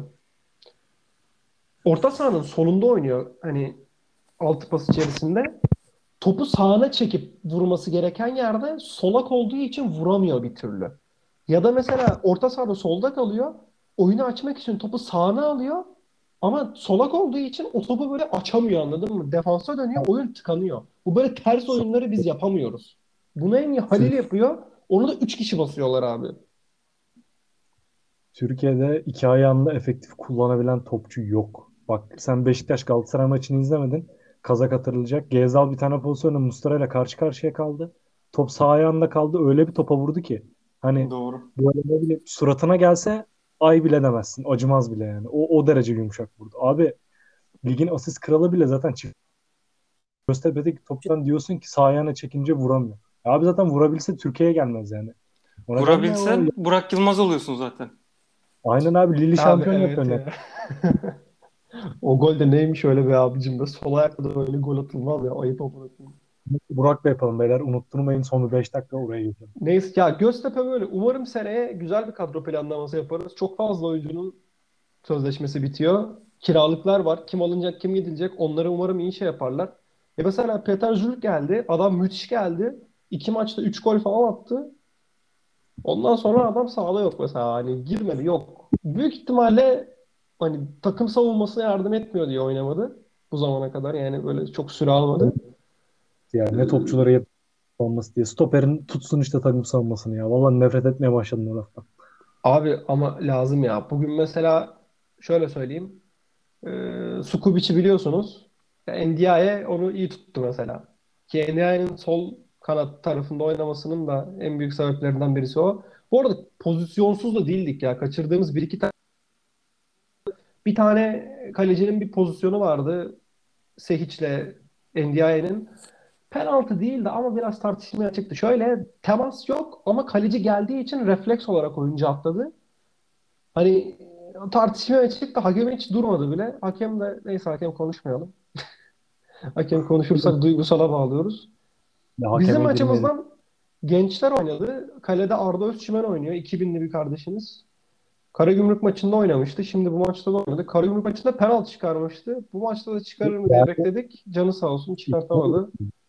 Orta sahanın solunda oynuyor. Hani altı pas içerisinde. Topu sağına çekip vurması gereken yerde solak olduğu için vuramıyor bir türlü. Ya da mesela orta sahada solda kalıyor. Oyunu açmak için topu sağına alıyor. Ama solak olduğu için o topu böyle açamıyor, anladın mı? Defansa dönüyor, oyun tıkanıyor. Bu böyle ters Sa- oyunları biz yapamıyoruz. Bunu en iyi Halil Türk yapıyor. Onu da 3 kişi basıyorlar abi. Türkiye'de iki ayağını efektif kullanabilen topçu yok. Bak sen Beşiktaş Galatasaray maçını izlemedin. Kazak atılacak. Gezal bir tane pozisyonda Muslera ile karşı karşıya kaldı. Top sağ ayağında kaldı. Öyle bir topa vurdu ki. Hani Doğru. böyle ne bileyim suratına gelse ay bile demezsin. Acımaz bile yani. O derece yumuşak vurdu. Abi ligin asist kralı bile zaten çift Göztepe'deki toptan diyorsun ki sağ ayağına çekince vuramıyor. Abi zaten vurabilse Türkiye'ye gelmez yani. O nedenle o Vurabilsen Burak Yılmaz oluyorsun zaten. aynen abi Lille Abi şampiyon evet yapıyor net. ya. O gol de neymiş öyle be abicim be. Sol ayakla da öyle gol atılmaz ya. Ayıp amına koyayım. Burak'la yapalım beyler. Unutturmayın son bir 5 dakika oraya geçelim. Neyse ya, Göztepe böyle. Umarım seneye güzel bir kadro planlaması yaparız. Çok fazla oyuncunun sözleşmesi bitiyor. Kiralıklar var. Kim alınacak, kim gidilecek. Onları umarım iyi şey yaparlar. Mesela Peter Cech geldi. Adam müthiş geldi. 2 maçta 3 gol falan attı. Ondan sonra adam sahada yok mesela. Hani girmedi, yok. Büyük ihtimalle hani takım savunmasına yardım etmiyor diye oynamadı bu zamana kadar. Yani böyle çok süre almadı. Yani ne topçulara Ee, yapılması diye. Stoperin tutsun işte takım savunmasını ya. Vallahi nefret etmeye başladım o laftan. Abi ama lazım ya. Bugün mesela şöyle söyleyeyim. Sukubic'i biliyorsunuz. Ndiaye onu iyi tuttu mesela. Ki Ndiaye'nin sol kanat tarafında oynamasının da en büyük sebeplerinden birisi o. Bu arada pozisyonsuz da değildik ya. Kaçırdığımız bir iki tane. Bir tane kalecinin bir pozisyonu vardı. Sehic'le Ndiaye'nin. penaltı değildi ama biraz tartışmaya çıktı. Şöyle temas yok ama kaleci geldiği için refleks olarak oyuncu atladı. Hani tartışmaya çıktı. Hakem hiç durmadı bile. Hakem de neyse hakem konuşmayalım. Hakem konuşursak duygusala bağlıyoruz. Ya Bizim hakeme girmeyelim. açımızdan gençler oynadı. Kalede Arda Özçimen oynuyor. 2000'li bir kardeşimiz. Karagümrük maçında oynamıştı. Şimdi bu maçta da oynadı. Karagümrük maçında penaltı çıkarmıştı. Bu maçta da çıkarır mı diye bekledik. Canı sağ olsun çıkartamadı.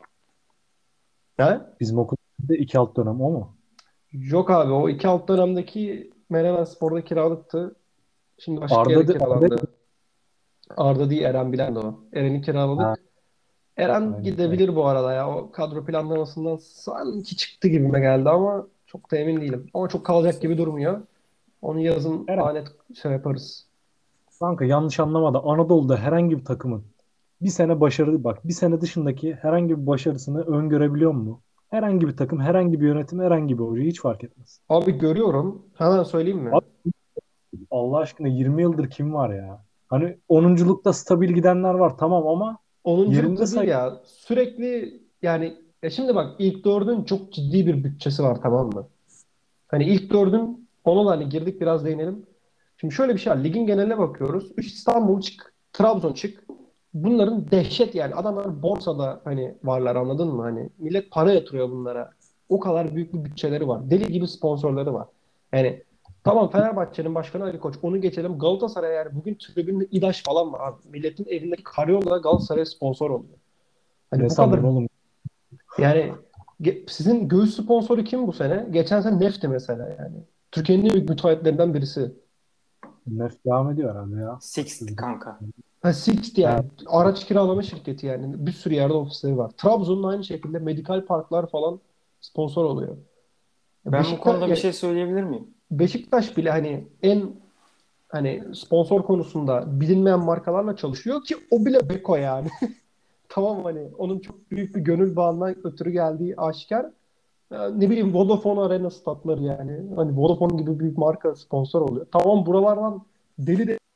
He? Bizim okulda 2 alt dönem o mu? Yok abi o iki alt dönemdeki Menemen Spor'da kiralıktı. Şimdi başka yere Arda kiralandı. Arda değil Eren Bilen de o. Eren'i ha, kiraladık. Eren aynen. Evet. gidebilir bu arada ya. O kadro planlamasından sanki çıktı gibime geldi ama çok da emin değilim. Ama çok kalacak gibi durmuyor. Onu yazın Eren, daha net şey yaparız. kanka yanlış anlama da Anadolu'da herhangi bir takımın bir sene başarı bak bir sene dışındaki herhangi bir başarısını öngörebiliyor mu? Herhangi bir takım, herhangi bir yönetim, herhangi bir hoca hiç fark etmez. Abi görüyorum. Hemen söyleyeyim mi? Abi, Allah aşkına 20 yıldır kim var ya? Hani onunculukta stabil gidenler var tamam ama yerinde Onunculukta değil say. ya. Sürekli yani ya şimdi bak ilk dördün çok ciddi bir bütçesi var tamam mı? Hani ilk dördün ona da hani girdik biraz değinelim. Şimdi şöyle bir şey var. Ligin geneline bakıyoruz. 3 İstanbul çık, Trabzon çık. Bunların dehşet yani. Adamlar borsada hani varlar anladın mı? Hani millet para yatırıyor bunlara. O kadar büyük bir bütçeleri var. Deli gibi sponsorları var. Yani tamam Fenerbahçe'nin başkanı Ali Koç onu geçelim. Galatasaray yani bugün tribünde İdaş falan var abi. Milletin elindeki karyola Galatasaray sponsor oluyor. Hani Ne bu kadar sandın oğlum? yani sizin göğüs sponsoru kim bu sene? Geçen sene Nefti mesela yani. Türkiye'nin en büyük müteahhitlerinden birisi. Nef devam ediyor herhalde ya. Sixty kanka. Ha, Sixt Ha, yani. Araç kiralama şirketi yani. Bir sürü yerde ofisleri var. Trabzon'un aynı şekilde medikal parklar falan sponsor oluyor. Ben bu konuda bir Ya şey söyleyebilir miyim? Beşiktaş bile hani en hani sponsor konusunda bilinmeyen markalarla çalışıyor ki o bile Beko yani. Tamam hani onun çok büyük bir gönül bağından ötürü geldiği aşikar. Ya ne bileyim Vodafone Arena statları yani. Hani Vodafone gibi büyük marka sponsor oluyor. Tamam buralardan deli de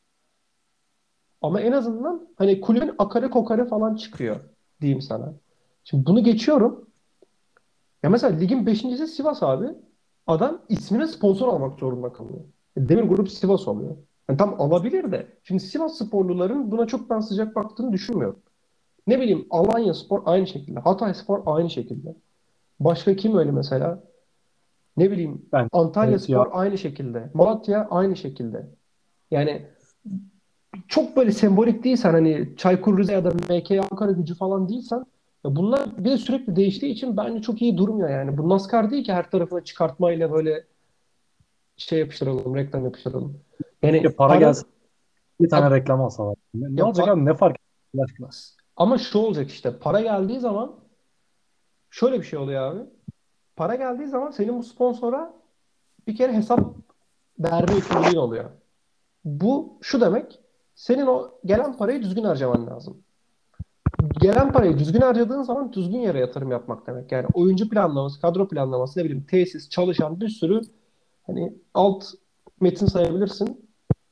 ama en azından hani kulübün akarı kokarı falan çıkıyor diyeyim sana. Şimdi bunu geçiyorum. Ya mesela ligin beşincisi Sivas abi. Adam ismine sponsor almak zorunda kalıyor. Demir Grup Sivas oluyor. Yani tam alabilir de. Şimdi Sivas sporluların buna çok ben sıcak baktığını düşünmüyorum. Ne bileyim Alanya Spor aynı şekilde. Hatay Spor aynı şekilde. Başka kim öyle mesela? Ne bileyim ben Antalya evet ya Spor aynı şekilde. Malatya aynı şekilde. Yani çok böyle sembolik değilsen hani Çaykur Rize ya da MK Ankara Gücü falan değilsen ya bunlar bir de sürekli değiştiği için bence çok iyi durmuyor yani. Bu NASCAR değil ki her tarafına çıkartmayla böyle şey yapıştıralım, reklam yapıştıralım. keşke Yani para para gelse bir ya, tane reklam alsalar. Ne ya olacak abi ne fark eder Allah aşkına? ama şu olacak işte para geldiği zaman şöyle bir şey oluyor abi. Para geldiği zaman senin bu sponsora bir kere hesap verme yükümlülüğün oluyor. Bu şu demek senin o gelen parayı düzgün harcaman lazım. Gelen parayı düzgün harcadığın zaman düzgün yere yatırım yapmak demek. Yani oyuncu planlaması, kadro planlaması, ne bileyim tesis, çalışan bir sürü hani alt metin sayabilirsin.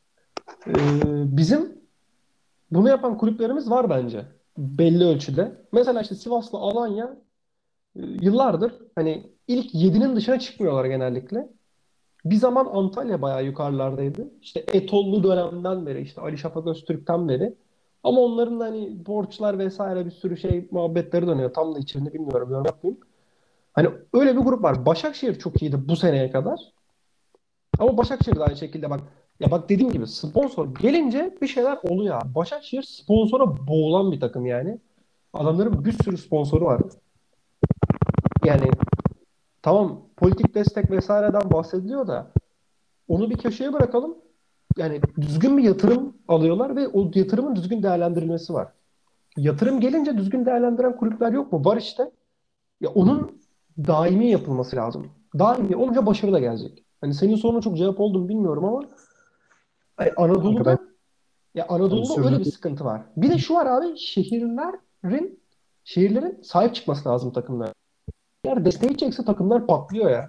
Bizim bunu yapan kulüplerimiz var bence. Belli ölçüde. Mesela işte Sivas'la Alanya yıllardır hani ilk 7'nin dışına çıkmıyorlar genellikle. Bir zaman Antalya bayağı yukarılardaydı. İşte Etollu döneminden beri işte Ali Şafak Öztürk'ten beri. Ama onların da hani borçlar vesaire bir sürü şey muhabbetleri dönüyor. Tam da içeriğini bilmiyorum. Yorum yapmayayım. Hani öyle bir grup var. Başakşehir çok iyiydi bu seneye kadar. Ama Başakşehir de aynı şekilde bak. Ya bak dediğim gibi sponsor gelince bir şeyler oluyor abi. Başakşehir sponsora boğulan bir takım yani. Adamların bir sürü sponsoru var. Yani tamam politik destek vesaireden bahsediliyor da onu bir köşeye bırakalım. Yani düzgün bir yatırım alıyorlar ve o yatırımın düzgün değerlendirilmesi var. Yatırım gelince düzgün değerlendiren kulüpler yok mu? Var işte. Ya onun daimi yapılması lazım. Daimi olunca başarı da gelecek. Hani senin soruna çok cevap oldu mu bilmiyorum ama hani Kanka ben Anadolu'da öyle bir sürdürüp sıkıntı var. Bir de şu var abi şehirlerin sahip çıkması lazım takımlara. Eğer desteği çekse takımlar patlıyor ya.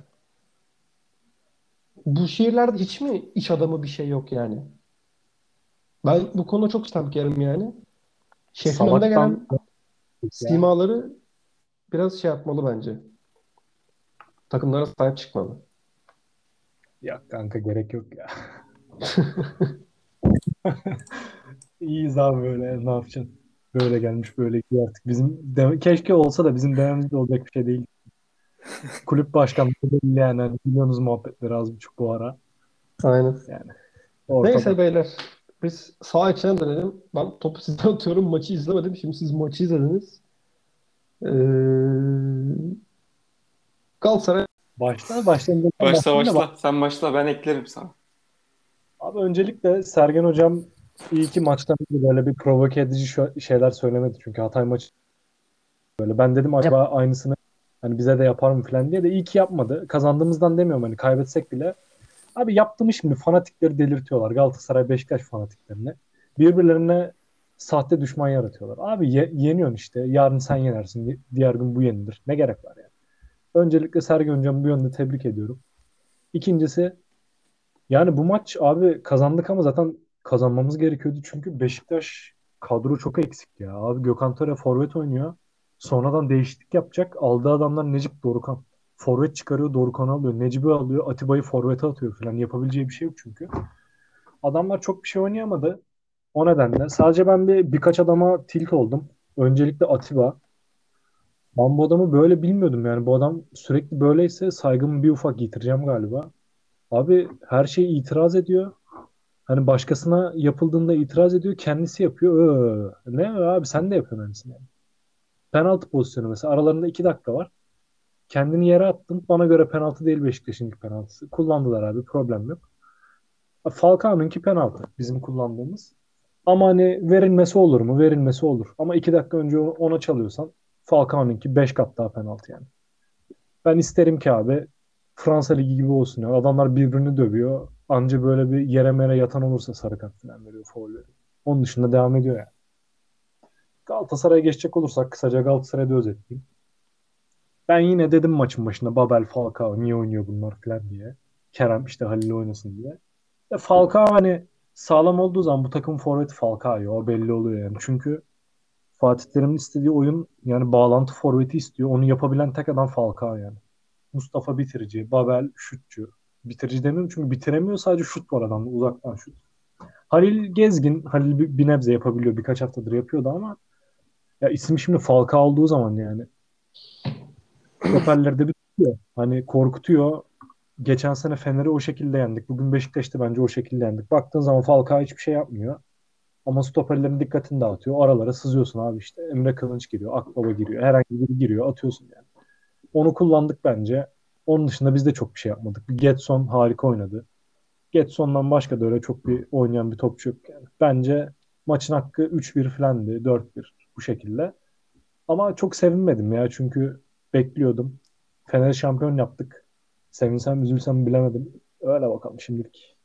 Bu şehirlerde hiç mi iş adamı bir şey yok yani? Ben bu konuda çok istemkerim yani. Şehrin önde salaktan gelen ya. simaları biraz şey yapmalı bence. Takımlara sahip çıkmalı. Ya kanka gerek yok ya. İyiyiz abi böyle ne yapacaksın? Böyle gelmiş böyle gidiyor artık. Keşke olsa da bizim dememizde olacak bir şey değil. Kulüp başkanlığı belli yani. Hani biliyorsunuz muhabbetleri az buçuk bu ara. Aynen. Yani Neyse ortada. beyler. Biz sağ içine dönelim. Ben topu size atıyorum. Maçı izlemedim. Şimdi siz maçı izlediniz. Galatasaray Başlayınca ben Başla başlayayım da başla. Sen başla, ben eklerim sana. abi öncelikle Sergen Hocam iyi ki maçtan önce böyle bir provoke edici şeyler söylemedi. Çünkü Hatay maçı böyle. Ben dedim acaba aynısını hani bize de yapar mı falan diye de iyi ki yapmadı. Kazandığımızdan demiyorum hani kaybetsek bile. Abi yaptığımı şimdi fanatikleri delirtiyorlar. Galatasaray Beşiktaş fanatiklerini. Birbirlerine sahte düşman yaratıyorlar. Abi yeniyorsun işte. Yarın sen yenersin. Diğer gün bu yenilir. Ne gerek var yani? Öncelikle Sergen Hocam'ı bu yönde tebrik ediyorum. İkincisi yani bu maç abi kazandık ama zaten kazanmamız gerekiyordu. Çünkü Beşiktaş kadro çok eksik ya. Abi Gökhan Töre forvet oynuyor. Sonradan değişiklik yapacak. Aldığı adamlar Necip Dorukhan. Forvet çıkarıyor, Dorukhan'ı alıyor. Necip'i alıyor, Atiba'yı forvete atıyor falan. Yapabileceği bir şey yok çünkü. Adamlar çok bir şey oynayamadı. O nedenle. Sadece ben birkaç adama tilt oldum. Öncelikle Atiba. Ben bu adamı böyle bilmiyordum yani. Bu adam sürekli böyleyse saygımı bir ufak yitireceğim galiba. Abi her şeye itiraz ediyor. Hani başkasına yapıldığında itiraz ediyor. Kendisi yapıyor. Ne abi sen de yapıyorsun aynısını yani. Penaltı pozisyonu mesela. Aralarında 2 dakika var. Kendini yere attın. Bana göre penaltı değil Beşiktaş'ın ilk penaltısı. Kullandılar abi. Problem yok. Falcao'nunki penaltı. Bizim kullandığımız. Ama hani verilmesi olur mu? Verilmesi olur. Ama 2 dakika önce ona çalıyorsan Falcao'nunki 5 kat daha penaltı yani. Ben isterim ki abi Fransa Ligi gibi olsun ya. Adamlar birbirini dövüyor. Anca böyle bir yere mere yatan olursa sarı kart falan veriyor, faul veriyor. Onun dışında devam ediyor yani. Galatasaray'a geçecek olursak kısaca Galatasaray'da özetleyeyim. Ben yine dedim maçın başında Babel, Falcao niye oynuyor bunlar falan diye. Kerem işte Halil oynasın diye. Falcao hani sağlam olduğu zaman bu takım forveti Falcao o belli oluyor yani. Çünkü Fatih Terim'in istediği oyun yani bağlantı forveti istiyor. Onu yapabilen tek adam Falcao yani. Mustafa bitirici, Babel şutçu. Bitirici demiyorum çünkü bitiremiyor sadece şut var adamda uzaktan şut. Halil Gezgin, Halil bir nebze yapabiliyor birkaç haftadır yapıyordu ama ya isim şimdi Falcao olduğu zaman yani stoperleri de bir tutuyor. Hani korkutuyor. Geçen sene Fener'i o şekilde yendik. Bugün Beşiktaş'ta bence o şekilde yendik. Baktığın zaman Falcao hiçbir şey yapmıyor. Ama stoperlerin dikkatini dağıtıyor. Aralara sızıyorsun abi işte. Emre Kılınç giriyor, Akbaba giriyor. Herhangi biri giriyor, atıyorsun yani. Onu kullandık bence. Onun dışında biz de çok bir şey yapmadık. Bir Getson harika oynadı. Getson'dan başka da öyle çok bir oynayan bir topçu yok yani. Bence maçın hakkı 3-1 falandı, 4-1 bu şekilde. Ama çok sevinmedim ya çünkü bekliyordum. Fener'i şampiyon yaptık. Sevinsem üzülsem bilemedim. Öyle bakalım şimdilik.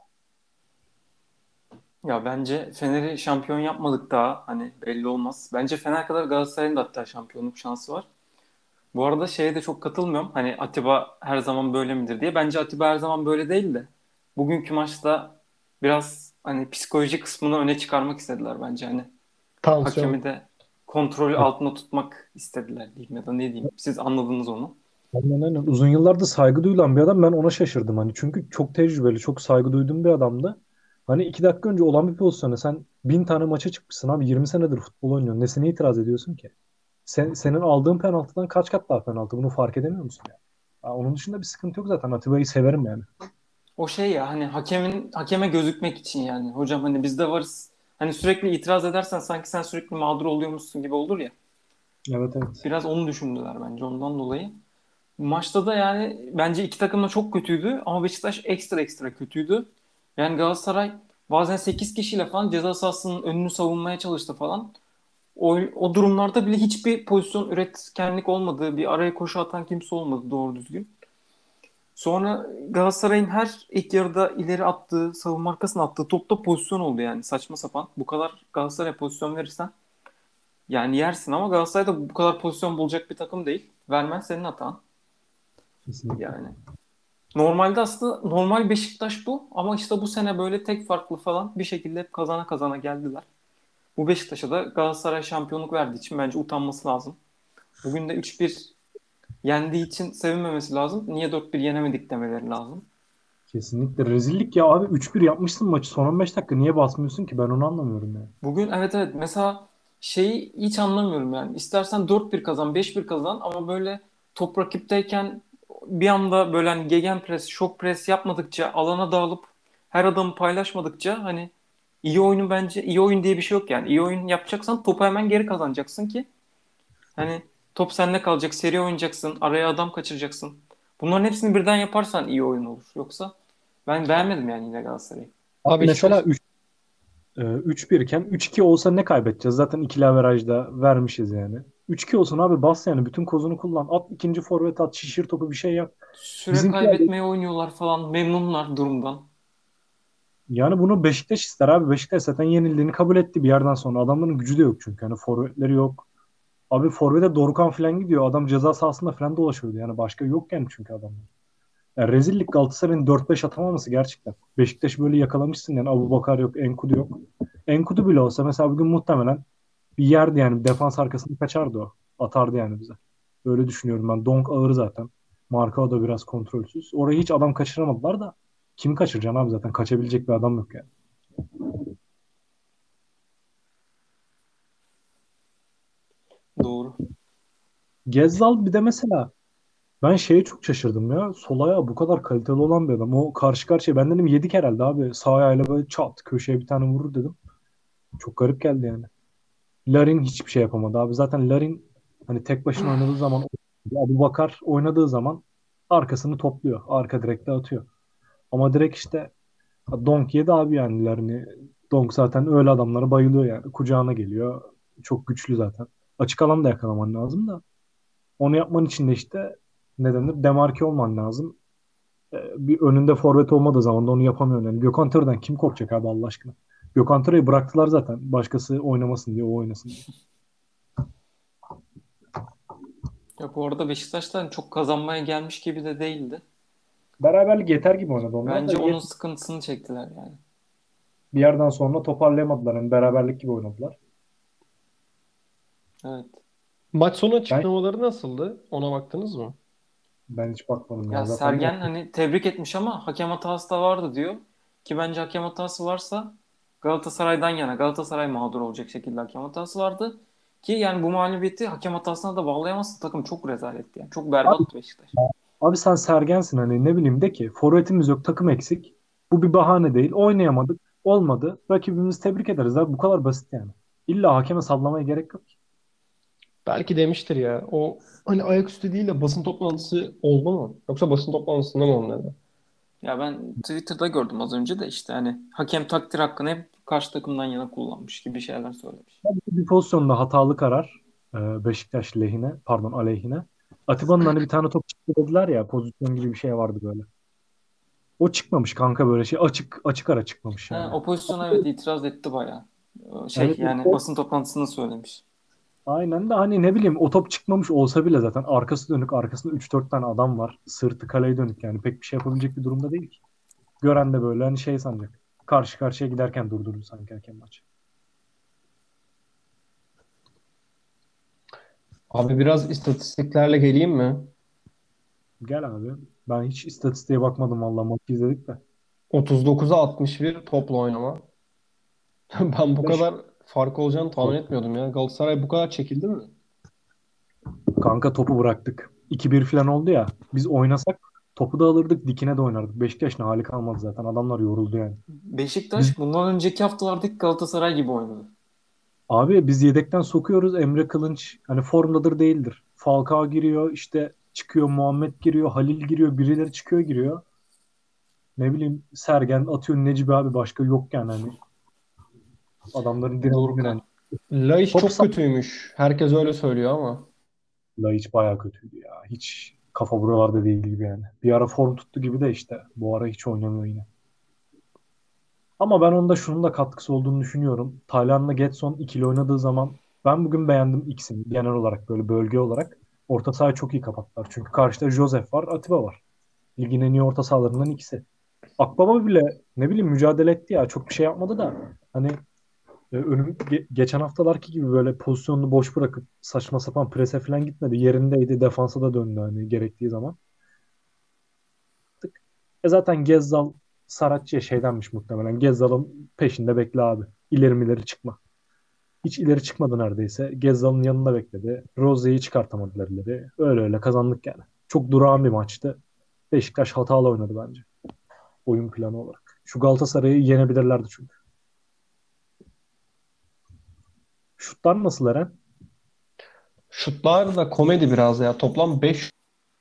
Ya bence Fener'i şampiyon yapmadık daha. Hani belli olmaz. Bence Fener kadar Galatasaray'ın da hatta şampiyonluk şansı var. Bu arada şeye de çok katılmıyorum. Hani Atiba her zaman böyle midir diye. Bence Atiba her zaman böyle değil de. Bugünkü maçta biraz hani psikoloji kısmını öne çıkarmak istediler bence. Hani tansiyon. hakemi de kontrolü altında tutmak istediler diyeyim ya da ne diyeyim. Siz anladınız onu. Aynen. Uzun yıllardır saygı duyulan bir adam ben ona şaşırdım hani. Çünkü çok tecrübeli, çok saygı duyduğum bir adamdı. Hani 2 dakika önce olan bir pozisyona sen 1000 tane maça çıkmışsın abi. 20 senedir futbol oynuyorsun. Nesine itiraz ediyorsun ki? Senin aldığın penaltıdan kaç kat daha penaltı? Bunu fark edemiyor musun ya? Onun dışında bir sıkıntı yok zaten. Atiba'yı severim yani. O şey ya hani hakeme gözükmek için yani. Hocam hani biz de varız. Hani sürekli itiraz edersen sanki sen sürekli mağdur oluyormuşsun gibi olur ya. Evet, evet. Biraz onu düşündüler bence ondan dolayı. Maçta da yani bence iki takım da çok kötüydü ama Beşiktaş ekstra ekstra kötüydü. Yani Galatasaray bazen 8 kişiyle falan ceza sahasının önünü savunmaya çalıştı falan. O durumlarda bile hiçbir pozisyon üretkenlik olmadı. Bir araya koşu atan kimse olmadı doğru düzgün. Sonra Galatasaray'ın her ilk yarıda ileri attığı, savunma arkasına attığı topta pozisyon oldu yani saçma sapan. Bu kadar Galatasaray'a pozisyon verirsen yani yersin ama Galatasaray da bu kadar pozisyon bulacak bir takım değil. Vermen senin hatan Kesinlikle. yani. Normalde aslında normal Beşiktaş bu ama işte bu sene böyle tek farklı falan bir şekilde hep kazana kazana geldiler. Bu Beşiktaş'a da Galatasaray şampiyonluk verdiği için bence utanması lazım. Bugün de 3-1 yendiği için sevinmemesi lazım. Niye 4-1 yenemedik demeleri lazım. Kesinlikle rezillik ya abi, 3-1 yapmışsın maçı, son 15 dakika niye basmıyorsun ki, ben onu anlamıyorum ya. Bugün evet evet, mesela şeyi hiç anlamıyorum yani. İstersen 4-1 kazan, 5-1 kazan ama böyle top rakipteyken bir anda böyle hani gegenpress, şok pres yapmadıkça, alana dağılıp her adamı paylaşmadıkça hani iyi oyunu, bence iyi oyun diye bir şey yok yani. İyi oyun yapacaksan topu hemen geri kazanacaksın ki hani top sende kalacak, seri oynayacaksın, araya adam kaçıracaksın. Bunların hepsini birden yaparsan iyi oyun olur. Yoksa ben beğenmedim yani yine Galatasaray'ı. Abi Mesela Beşiktaş 3-1 iken 3-2 olsa ne kaybedeceğiz? Zaten ikili averajda vermişiz yani. 3-2 olsun abi, bas yani, bütün kozunu kullan. At ikinci forvet, at şişir topu, bir şey yap. Süre Bizimkiler de kaybetmeye oynuyorlar falan. Memnunlar durumdan. yani bunu Beşiktaş ister abi. Beşiktaş zaten yenildiğini kabul etti bir yerden sonra. Adamların gücü de yok çünkü. Hani forvetleri yok. Abi forvete Dorukhan falan gidiyor. Adam ceza sahasında falan dolaşıyordu. Yani başka yok yani çünkü adamlar. Yani rezillik, Galatasaray'ın 4-5 atamaması gerçekten. Beşiktaş'ı böyle yakalamışsın yani, Abubakar yok, Enkudu yok. Enkudu bile olsa mesela bugün muhtemelen bir yerdi yani, defans arkasını kaçardı o. Atardı yani bize. Öyle düşünüyorum ben. Donk ağır zaten. Marka da biraz kontrolsüz. Orayı hiç adam kaçıramadılar da, kimi kaçıracaksın abi, zaten kaçabilecek bir adam yok yani. Doğru. Gezzal bir de mesela, ben şeye çok şaşırdım ya. Sol ayağı bu kadar kaliteli olan bir adam. O karşı karşıya, ben dedim yedik herhalde abi. Sağ ayağıyla böyle çat köşeye bir tane vurur dedim. Çok garip geldi yani. Larin hiçbir şey yapamadı abi. Zaten Larin hani tek başına oynadığı zaman, Abubakar oynadığı zaman arkasını topluyor. Arka direkte atıyor. Ama direkt işte Donk yedi abi yani Larin'i. Donk zaten öyle adamlara bayılıyor yani. Kucağına geliyor. Çok güçlü zaten. Açık alan da yakalaman lazım da. Onu yapman için de işte ne denir? Demarke olman lazım. Bir önünde forvet olmadığı zaman da onu yapamıyorsun. Yani Gökhan Töre'den kim korkacak abi Allah aşkına? Gökhan Töre'yi bıraktılar zaten. Başkası oynamasın diye, o oynasın diye. Ya bu arada Beşiktaş'tan çok kazanmaya gelmiş gibi de değildi. Beraberlik yeter gibi oynadı onlar da. Bence onun sıkıntısını çektiler yani. Bir yerden sonra toparlayamadılar. Yani beraberlik gibi oynadılar. Evet. maç sonu Ben açıklamaları nasıldı? Ona baktınız mı? ben hiç bakmadım ya. Ya Zaten Sergen hani tebrik etmiş ama hakem hatası da vardı diyor. Ki bence hakem hatası varsa Galatasaray'dan yana, Galatasaray mağdur olacak şekilde hakem hatası vardı. Ki yani bu mağlubiyeti hakem hatasına da bağlayamazsın. Takım çok rezaletti yani. Çok abi, berbat Beşiktaş. abi sen Sergensin, hani ne bileyim, de ki forvetimiz yok, takım eksik. Bu bir bahane değil. Oynayamadık. Olmadı. Rakibimizi tebrik ederiz abi. Bu kadar basit yani. İlla hakeme sallamaya gerek yok ki. Belki demiştir ya. O hani ayaküstü değil de basın toplantısı oldu mu? Yoksa basın toplantısında mı olmadı? Ya ben Twitter'da gördüm az önce de işte hani hakem takdir hakkını hep karşı takımdan yana kullanmış gibi şeyler söylemiş. Bir pozisyonda hatalı karar, Beşiktaş lehine, pardon aleyhine. Atiba'nın hani bir tane top çıktı dediler ya, pozisyon gibi bir şey vardı böyle. O çıkmamış kanka, böyle şey açık açık ara çıkmamış Ha, yani. o pozisyona evet itiraz etti bayağı. Şey Evet, yani basın toplantısında söylemiş. aynen de hani ne bileyim, o top çıkmamış olsa bile zaten arkası dönük, arkasında 3-4 tane adam var. Sırtı kaleye dönük, yani pek bir şey yapabilecek bir durumda değil ki. Gören de böyle hani şey sanacak. Karşı karşıya giderken durdurdu sanki hakem maçı. Abi biraz istatistiklerle geleyim mi? Gel abi. Ben hiç istatistiğe bakmadım vallahi, maçı izledik de. 39'a 61 topla oynama. Ben bu 5 kadar fark olacağını tahmin gol. etmiyordum ya. Galatasaray bu kadar çekildi mi? Kanka topu bıraktık. 2-1 falan oldu ya. Biz oynasak topu da alırdık, dikine de oynardık. Beşiktaş ne hali kalmadı zaten. Adamlar yoruldu yani. Biz Beşiktaş bundan önceki haftalardaki Galatasaray gibi oynadı. Abi biz yedekten sokuyoruz. Emre Kılınç hani formdadır değildir. Falcao giriyor, işte çıkıyor, Muhammed giriyor, Halil giriyor, birileri çıkıyor giriyor. Ne bileyim, Sergen atıyor, Necip abi, başka yok yani hani. Adamların direnci Dorukhan. direnci. Laiç Top çok sağ. kötüymüş. Herkes öyle söylüyor ama. Hiç bayağı kötüydü ya. Hiç kafa buralarda değil gibi yani. Bir ara form tuttu gibi de işte bu ara hiç oynamıyor yine. Ama ben onda şunun da katkısı olduğunu düşünüyorum. Taylan'la Getson ikili oynadığı zaman ben bugün beğendim ikisini genel olarak, böyle bölge olarak. Orta sahayı çok iyi kapattılar. Çünkü karşıda Josef var, Atiba var. Ligin en iyi orta sahalarından ikisi. Akbaba bile ne bileyim mücadele etti ya. Çok bir şey yapmadı da hani Geçen haftalarki gibi böyle pozisyonunu boş bırakıp saçma sapan prese falan gitmedi. Yerindeydi. Defansa da döndü hani gerektiği zaman. Tık. Zaten Gezzal Saratçı'ya şeydenmiş muhtemelen. Gezzal'ın peşinde bekle abi. İleri çıkma. Hiç ileri çıkmadı neredeyse. Gezzal'ın yanında bekledi. Rozi'yi çıkartamadılar ileri. Öyle öyle kazandık yani. Çok durağan bir maçtı. Beşiktaş hatalı oynadı bence. Oyun planı olarak. Şu Galatasaray'ı yenebilirlerdi çünkü. Şutlar nasıl Eren? Şutlar da komedi biraz ya. Toplam 5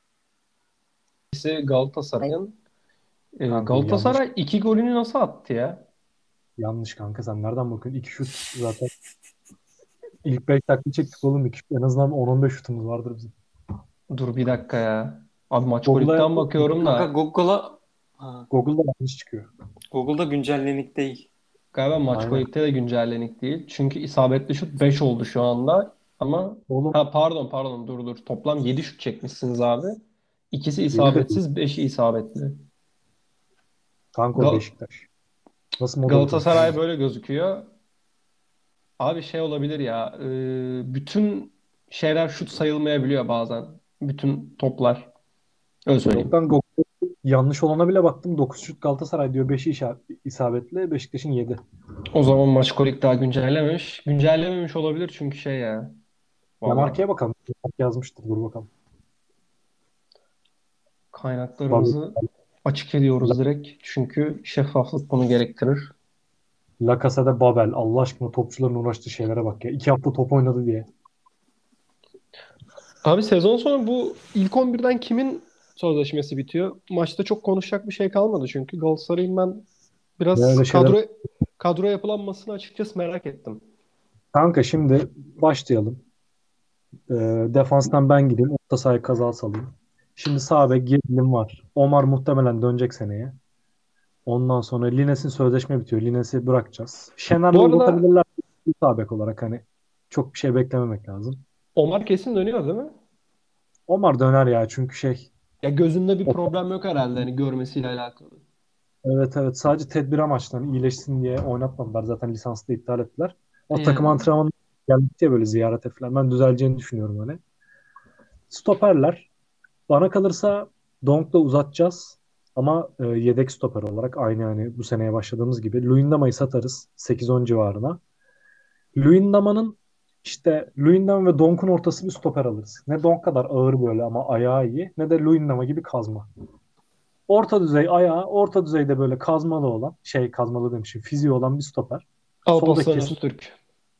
Galatasaray'ın. Kanka yanlış. Galatasaray 2 golünü nasıl attı ya? Yanlış kanka sen nereden bakıyorsun? İki şut zaten. İlk 5 dakika çektik oğlum. İki, en azından 10-15 şutumuz vardır bizim. Dur bir dakika ya. Abi Google'a Maçkolik'ten bakıyorum Kanka da Google'da yanlış çıkıyor. Google'da güncellenik değil. galiba Aynen. Maçkolik'te de güncellenik değil. Çünkü isabetli şut 5 oldu şu anda. Ama Oğlum pardon dur. Toplam 7 şut çekmişsiniz abi. İkisi 7 de değil. isabetsiz, 5'i isabetli. Kanka o Gal Beşiktaş. Nasıl moda okuyorsun Galatasaray oğlum? böyle gözüküyor. Abi şey olabilir ya. Bütün şeyler şut sayılmayabiliyor bazen. Bütün toplar. Öyle Yok söyleyeyim. lan Google'da yanlış olana bile baktım. 9 şut Galatasaray diyor. 5'i isabetli. Beşiktaş'ın 7. O zaman Maçkolik daha güncellememiş. Güncellememiş olabilir çünkü şey ya. Valla Demarke'ye bakalım. Demarke yazmıştır. Dur bakalım. Babel. kaynaklarımızı açık ediyoruz direkt. Çünkü şeffaflık bunu gerektirir. La Casa de Babel. Allah aşkına topçuların uğraştığı şeylere bak ya. 2 hafta top oynadı diye. Abi sezon sonu bu ilk 11'den kimin sözleşmesi bitiyor? Maçta çok konuşacak bir şey kalmadı çünkü Galatasaray'ın ben Ne biraz öyle şeyler. kadro yapılanmasını açıkçası merak ettim. Kanka şimdi başlayalım. Ee, Defanstan ben gideyim. Orta sahaya Kazal salayım. Şimdi sağ bek gerilim var. Omar muhtemelen dönecek seneye. Ondan sonra Lines'in sözleşme bitiyor. Lines'i bırakacağız. Şener'le Bu arada uzatabilirler. Sağ bek olarak hani çok bir şey beklememek lazım. Omar kesin dönüyor değil mi? Omar döner ya çünkü şey Ya gözünde bir o- problem yok herhalde hani görmesiyle alakalı. evet evet sadece tedbir amaçlı hani iyileşsin diye oynatmadılar. Zaten lisansı da iptal ettiler. O takım Yani. antrenmanı geldi diye böyle ziyarete falan. Ben düzeleceğini düşünüyorum hani. Stoperler bana kalırsa Donk'la uzatacağız. Ama yedek stoper olarak aynı yani bu seneye başladığımız gibi. Luyendama'yı satarız 8-10 civarına. Luyendama'nın işte Luyendama ve Donk'un ortası bir stoper alırız. Ne Donk kadar ağır böyle ama ayağı iyi ne de Luyendama gibi kazma. Orta düzey ayağı, orta düzeyde böyle kazmalı olan, şey kazmalı demişim, fiziği olan bir stoper. Sol bek Alparslan kesin Öztürk.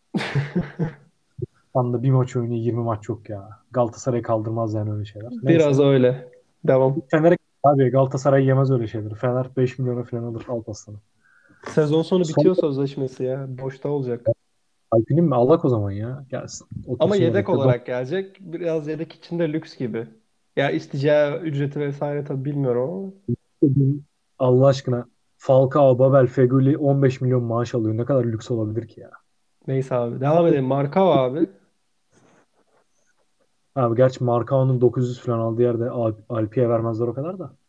anda bir maç oynuyor 20 maç yok ya. Galatasaray kaldırmaz yani öyle şeyler. Biraz Neyse. öyle. Devam. Fener'e abi Galatasaray yemez öyle şeyleri. Fener 5 milyona falan alır Alparslan'ı. Sezon sonu Sol bitiyor sözleşmesi ya. Boşta olacak. Alp'inin mi? Alak o zaman ya. Gelsin. Ama Otursun yedek yedekte. olarak gelecek. Biraz yedek içinde lüks gibi. Ya isteyeceği ücreti vesaire tabii bilmiyorum ama. Allah aşkına Falcao, Babel, Feguli 15 milyon maaş alıyor. Ne kadar lüks olabilir ki ya? Neyse abi. Devam edelim. Marka abi. Abi gerçi Marcao'nun 900 falan aldığı yerde Alpi'ye vermezler o kadar da.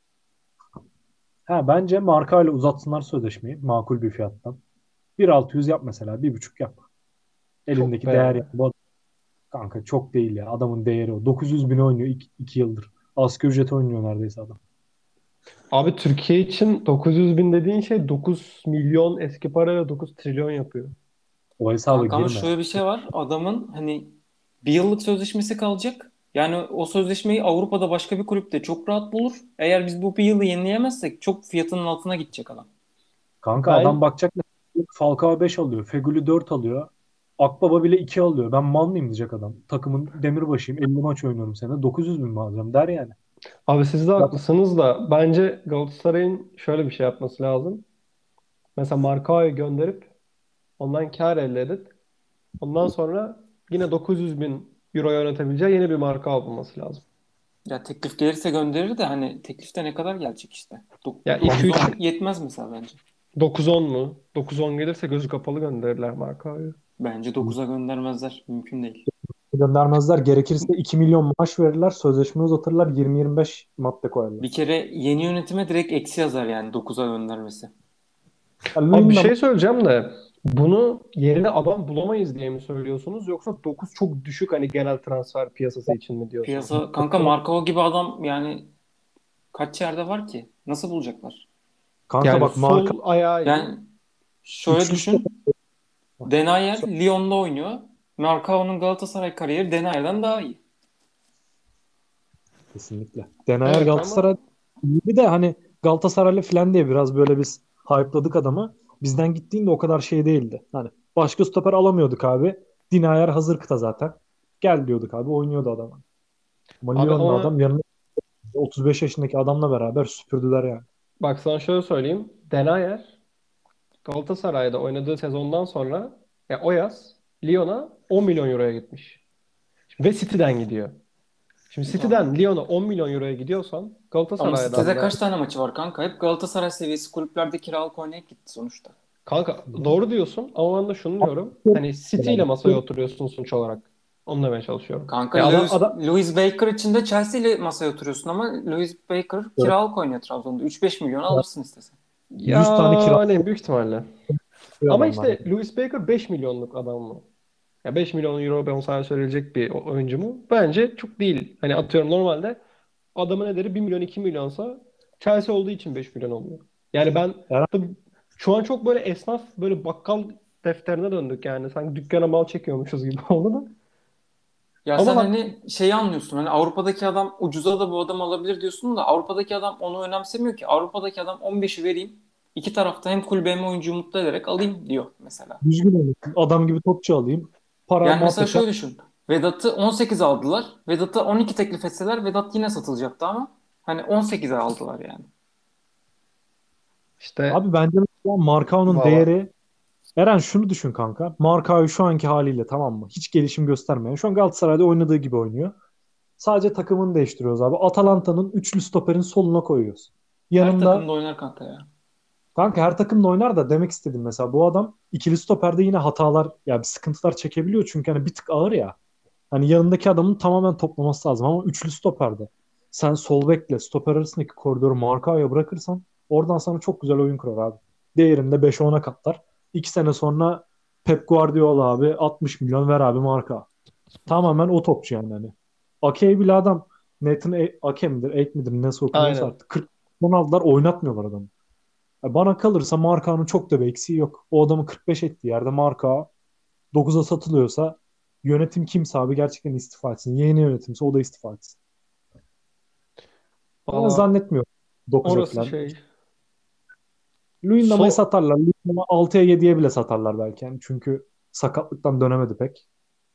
Ha, bence Marka ile uzatsınlar sözleşmeyi makul bir fiyattan. 1.600 yap mesela. 1.5 yap. Çok Elindeki değer yani. be. Kanka çok değil ya. Adamın değeri o. 900 bin oynuyor 2 yıldır. Asgari ücret oynuyor neredeyse adam. Abi Türkiye için 900 bin dediğin şey 9 milyon eski parayla 9 trilyon yapıyor. O hesaba Kanka ama girme. şöyle bir şey var. Adamın hani bir yıllık sözleşmesi kalacak. Yani o sözleşmeyi Avrupa'da başka bir kulüpte çok rahat bulur. Eğer biz bu bir yılı yenileyemezsek çok fiyatının altına gidecek adam. Kanka adam Ben bakacak Falcao 5 alıyor. Feguli 4 alıyor. Akbaba bile 2 alıyor. Ben mal mıyım diyecek adam. Takımın demirbaşıyım. 50 maç oynuyorum sene. 900 bin mi alacağım der yani. abi siz de Ya, haklısınız da bence Galatasaray'ın şöyle bir şey yapması lazım. Mesela Markao'yu gönderip ondan kar elde edip ondan sonra yine 900 bin euro yönetebileceği yeni bir marka bulması lazım. Ya teklif gelirse gönderir de hani teklifte ne kadar gelecek işte. Ya 2-3 9-10 yetmez mesela bence. 9-10 mu? 9-10 gelirse gözü kapalı gönderirler Markao'yu. Bence 9'a göndermezler. Mümkün değil. göndermezler. Gerekirse 2 milyon maaş verirler. Sözleşme uzatırlar. 20-25 madde Bir koyarlar. kere yeni yönetime direkt eksi yazar yani 9'a göndermesi. Ya Abi bir Luyendama şey söyleyeceğim de Bunu yerine adam bulamayız diye mi söylüyorsunuz yoksa 9 çok düşük hani genel transfer piyasası için mi diyorsunuz? Piyasa kanka Markao gibi adam yani kaç yerde var ki? Nasıl bulacaklar? Kanka Yani bak marka sol ayağı iyi. Yani şöyle üçlü stop. düşün. Denayer Lyon'da oynuyor. Markao'nun Galatasaray kariyeri Denayer'den daha iyi. Kesinlikle. Denayer Evet ama Galatasaray bir de hani Galatasaraylı falan diye biraz böyle biz hype'ladık adamı. Bizden gittiğinde o kadar şey değildi. Hani başka stoper alamıyorduk abi. Denayer hazır kıta zaten. Gel diyorduk abi oynuyordu adam. Ama abi Lyon'da ama adam yanında 35 yaşındaki adamla beraber süpürdüler yani. bak sana şöyle söyleyeyim. Denayer Galatasaray'da oynadığı sezondan sonra ya o yaz Lyon'a 10 milyon euroya gitmiş. Ve City'den gidiyor. Şimdi Tamam. City'den Lyon'a 10 milyon euroya gidiyorsan Ama Galatasaray'dan City'de da kaç tane maçı var kanka? Hep Galatasaray seviyesi kulüplerde kiralık oynayıp gitti sonuçta. kanka doğru diyorsun ama ben de şunu diyorum. Hani City ile masaya oturuyorsun sonuç olarak. Onu demeye çalışıyorum. Kanka Ya adam Louis Baker için de Chelsea ile masaya oturuyorsun ama Louis Baker kiralık oynuyor Trabzon'da. 3-5 milyon alırsın istesen. 100 tane kira yani büyük ihtimalle. Ama adamlar işte yani. Louis Baker 5 milyonluk adam mı? Ya 5 milyon euro bonservis verilecek bir oyuncu mu? Bence çok değil. Hani atıyorum normalde adamın ederi 1 milyon 2 milyonsa Chelsea olduğu için 5 milyon oluyor. Yani ben Eren, tabii şu an çok böyle esnaf böyle bakkal defterine döndük yani. Sanki dükkana mal çekiyormuşuz gibi oldu da. Ya Ama sen bak hani şeyi anlıyorsun. Hani Avrupa'daki adam ucuza da bu adam alabilir diyorsun da Avrupa'daki adam onu önemsemiyor ki. Avrupa'daki adam 15'i vereyim. İki tarafta hem kulübe hem oyuncuyu mutlu ederek alayım diyor mesela. düzgün oynasın. Adam gibi topçu alayım. Para Yani mesela muhabbet yap. şöyle düşün. Vedat'ı 18 aldılar. Vedat'a 12 teklif etseler Vedat yine satılacaktı ama hani 18'e aldılar yani. işte Abi bence mesela Markao'nun valla değeri Eren şunu düşün kanka. Markao şu anki haliyle tamam mı? Hiç gelişim göstermeyen. Şu an Galatasaray'da oynadığı gibi oynuyor. Sadece takımını değiştiriyoruz abi. Atalanta'nın üçlü stoperin soluna koyuyoruz. Her Yanında takımda oynar kanka ya. kanka her takımda oynar da demek istedim mesela bu adam ikili stoperde yine hatalar ya bir sıkıntılar çekebiliyor çünkü hani bir tık ağır ya. Hani yanındaki adamın tamamen toplaması lazım ama üçlü stoperde sen sol bekle stoper arasındaki koridoru Markao'ya bırakırsan oradan sana çok güzel oyun kurar abi. Değerinde 5'e 10'a katlar. 2 sene sonra Pep Guardiola abi 60 milyon ver abi Marka. Tamamen o topçu yani hani. Ake bile adam Ake midir, Ake midir nasıl okunuyorsa aynen. artık 40 milyon aldılar oynatmıyorlar adamı. Ya bana kalırsa Marka'nın çok da bir eksiği yok. O adamı 45 ettiği yerde Marka 9'a satılıyorsa yönetim kimse abi gerçekten istifa etsin. Yeni yönetimse o da istifa etsin. Ama Valla zannetmiyorum 9'a orası falan. şey. Luyendama'yı So satarlar. Luyendama 6'ya 7'ye bile satarlar belki. Yani çünkü sakatlıktan dönemedi pek.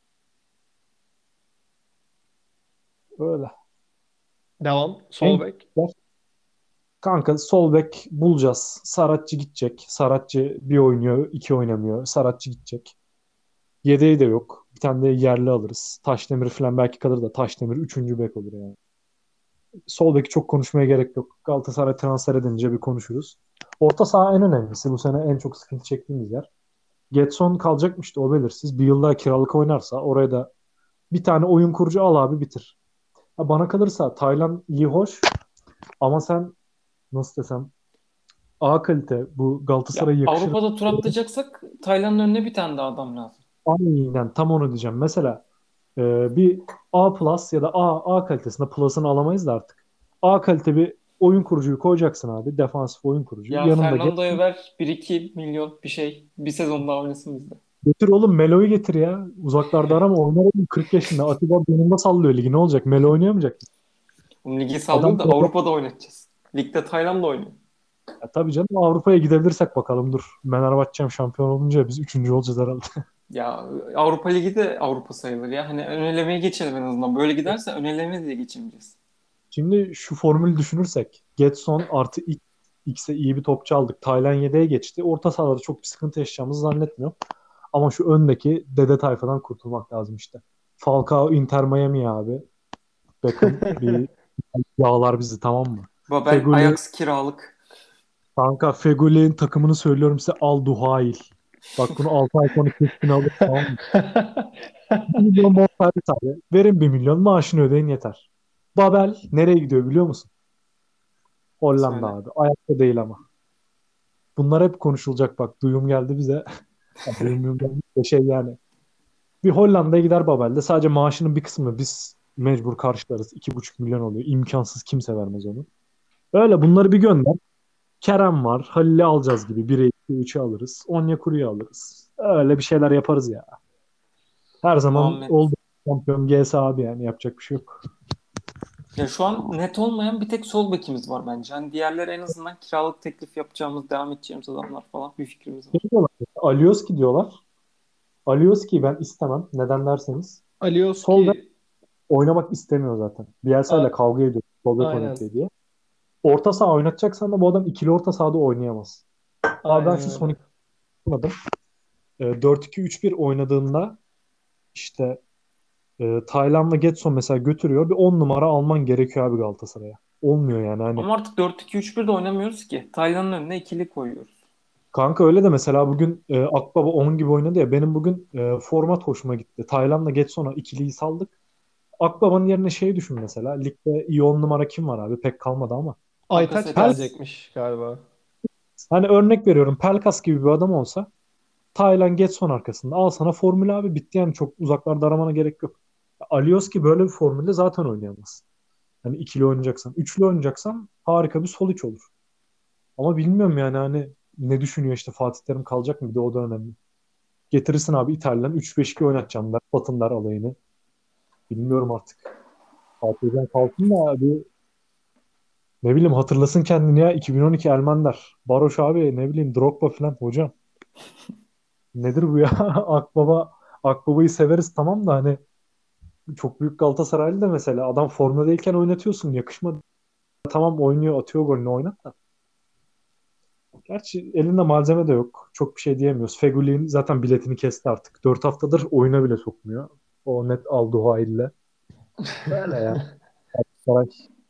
Öyle. devam. Sol En bek. kanka sol bek bulacağız. Saratçı gidecek. Saratçı bir oynuyor, iki oynamıyor. Saratçı gidecek. Yedeği de yok. Bir tane de yerli alırız. Taşdemir falan belki kalır da Taşdemir üçüncü bek olur yani. Sol beki çok konuşmaya gerek yok. Galatasaray transfer edince bir konuşuruz. Orta saha en önemlisi. Bu sene en çok sıkıntı çektiğimiz yer. Getson kalacakmıştı o belirsiz. Bir yıl daha kiralık oynarsa oraya da bir tane oyun kurucu al abi bitir. Ha, bana kalırsa Taylan iyi hoş ama sen nasıl desem A kalite bu Ya Galatasaray'a yakışır. Avrupa'da tur atlayacaksak Tayland'ın önüne bir tane daha adam lazım. Aynen tam onu diyeceğim. Mesela bir A plus ya da A kalitesinde plus'ını alamayız da artık. A kalite bir oyun kurucuyu koyacaksın abi. Defansif oyun kurucuyu. Ya Yanında Fernando'ya ver 1-2 milyon bir şey. Bir sezon daha oynasın bizde. getir oğlum Melo'yu getir ya. Uzaklarda arama. Oynar oğlum 40 yaşında. Atiba donunda sallıyor ligi. Ne olacak? Melo oynayamayacak mı? Bunu ligi Adam sallıyor da Avrupa'da oynatacağız. Ligde Tayland'da oynuyor. ya tabii canım Avrupa'ya gidebilirsek bakalım dur. Fenerbahçe'm şampiyon olunca biz üçüncü olacağız herhalde. Ya Avrupa Ligi de Avrupa sayılır ya. Hani ön elemeye geçelim en azından. Böyle giderse ön elemeye de geçemeyeceğiz. Şimdi şu formülü düşünürsek Getson artı X'e iyi bir topçu aldık. Taylan 7'ye geçti. Orta sahada çok bir sıkıntı yaşayacağımızı zannetmiyorum. Ama şu öndeki dede tayfadan kurtulmak lazım işte. Falcao Inter Miami abi. Beckham bir yağlar bizi tamam mı? Babel Feguli Ajax kiralık. kanka Feguli'nin takımını söylüyorum size Al Duhail. Bak bunu 6 ay sonra kesin alır tamam mı? 1 milyon bonservis abi. Verin 1 milyon maaşını ödeyin yeter. Babel nereye gidiyor biliyor musun? Hollanda Söyle. abi. Ayakta değil ama. Bunlar hep konuşulacak bak. Duyum geldi bize. Ya benim de şey yani. Bir Hollanda'ya gider Babel'de. Sadece maaşının bir kısmını biz mecbur karşılarız. 2,5 milyon oluyor. İmkansız, kimse vermez onu. Öyle bunları bir gönder. Kerem var. Halil'i alacağız gibi. 1'e 2'ye 3'e alırız. Onyekuru'yu alırız. Öyle bir şeyler yaparız ya. Her zaman Muhammed. oldu. Şampiyon GS abi, yani yapacak bir şey yok. Ya şu an net olmayan bir tek sol bekimiz var bence. Hani diğerleri en azından kiralık teklif yapacağımız, devam edeceğimiz adamlar falan bir fikrimiz Şey var. diyorlar, Alioski diyorlar. Alioski'yi ben istemem. Neden derseniz. Sol bek Alioski oynamak istemiyor zaten. Bielsa ile a- kavga ediyor. Sol bek aynen. oynatıyor diye. Orta saha oynatacaksan da bu adam ikili orta sahada oynayamaz. Abi ben Aynen şu son öyle. iki oynadım. 4-2-3-1 oynadığında işte Taylan ve Getson mesela götürüyor. Bir 10 numara alman gerekiyor abi Galatasaray'a. Olmuyor yani hani. Ama artık 4-2-3-1 de oynamıyoruz ki. Taylan'ın önüne ikili koyuyoruz. Kanka öyle de mesela bugün Akbaba 10 gibi oynadı ya. Benim bugün format hoşuma gitti. Taylan'la Getson'a ikiliyi saldık. Akbaba'nın yerine şey düşün mesela. Ligde iyi 10 numara kim var abi? Pek kalmadı ama. Aytaç Bakasetas. Pel, gelecekmiş galiba. hani örnek veriyorum. Pelkas gibi bir adam olsa Taylan Getson arkasında. Al sana formül abi, bitti yani, çok uzaklarda aramana gerek yok. Alioski böyle bir formülde zaten oynayamaz. Hani ikili oynayacaksan. Üçlü oynayacaksan harika bir sol iç olur. Ama bilmiyorum yani hani ne düşünüyor işte, Fatih Terim kalacak mı? Bir de o da önemli. Getirirsin abi İtalyan 3-5-2 oynatacağım der. Batın der alayını. Bilmiyorum artık. Fatih Hocam kalsın da bir, ne bileyim, hatırlasın kendini ya. 2012 Elmander. Baroş abi, ne bileyim, Drogba falan hocam. Nedir bu ya? Akbaba'yı severiz tamam da hani çok büyük Galatasaraylı da mesela adam formdayken oynatıyorsun, yakışmadı. Tamam, oynuyor, atıyor golünü, oynat da. Gerçi elinde malzeme de yok. Çok bir şey diyemiyoruz. Fegüli'nin zaten biletini kesti artık. 4 haftadır oyuna bile sokmuyor. O net Alduha ile. Böyle ya. Galatasaray.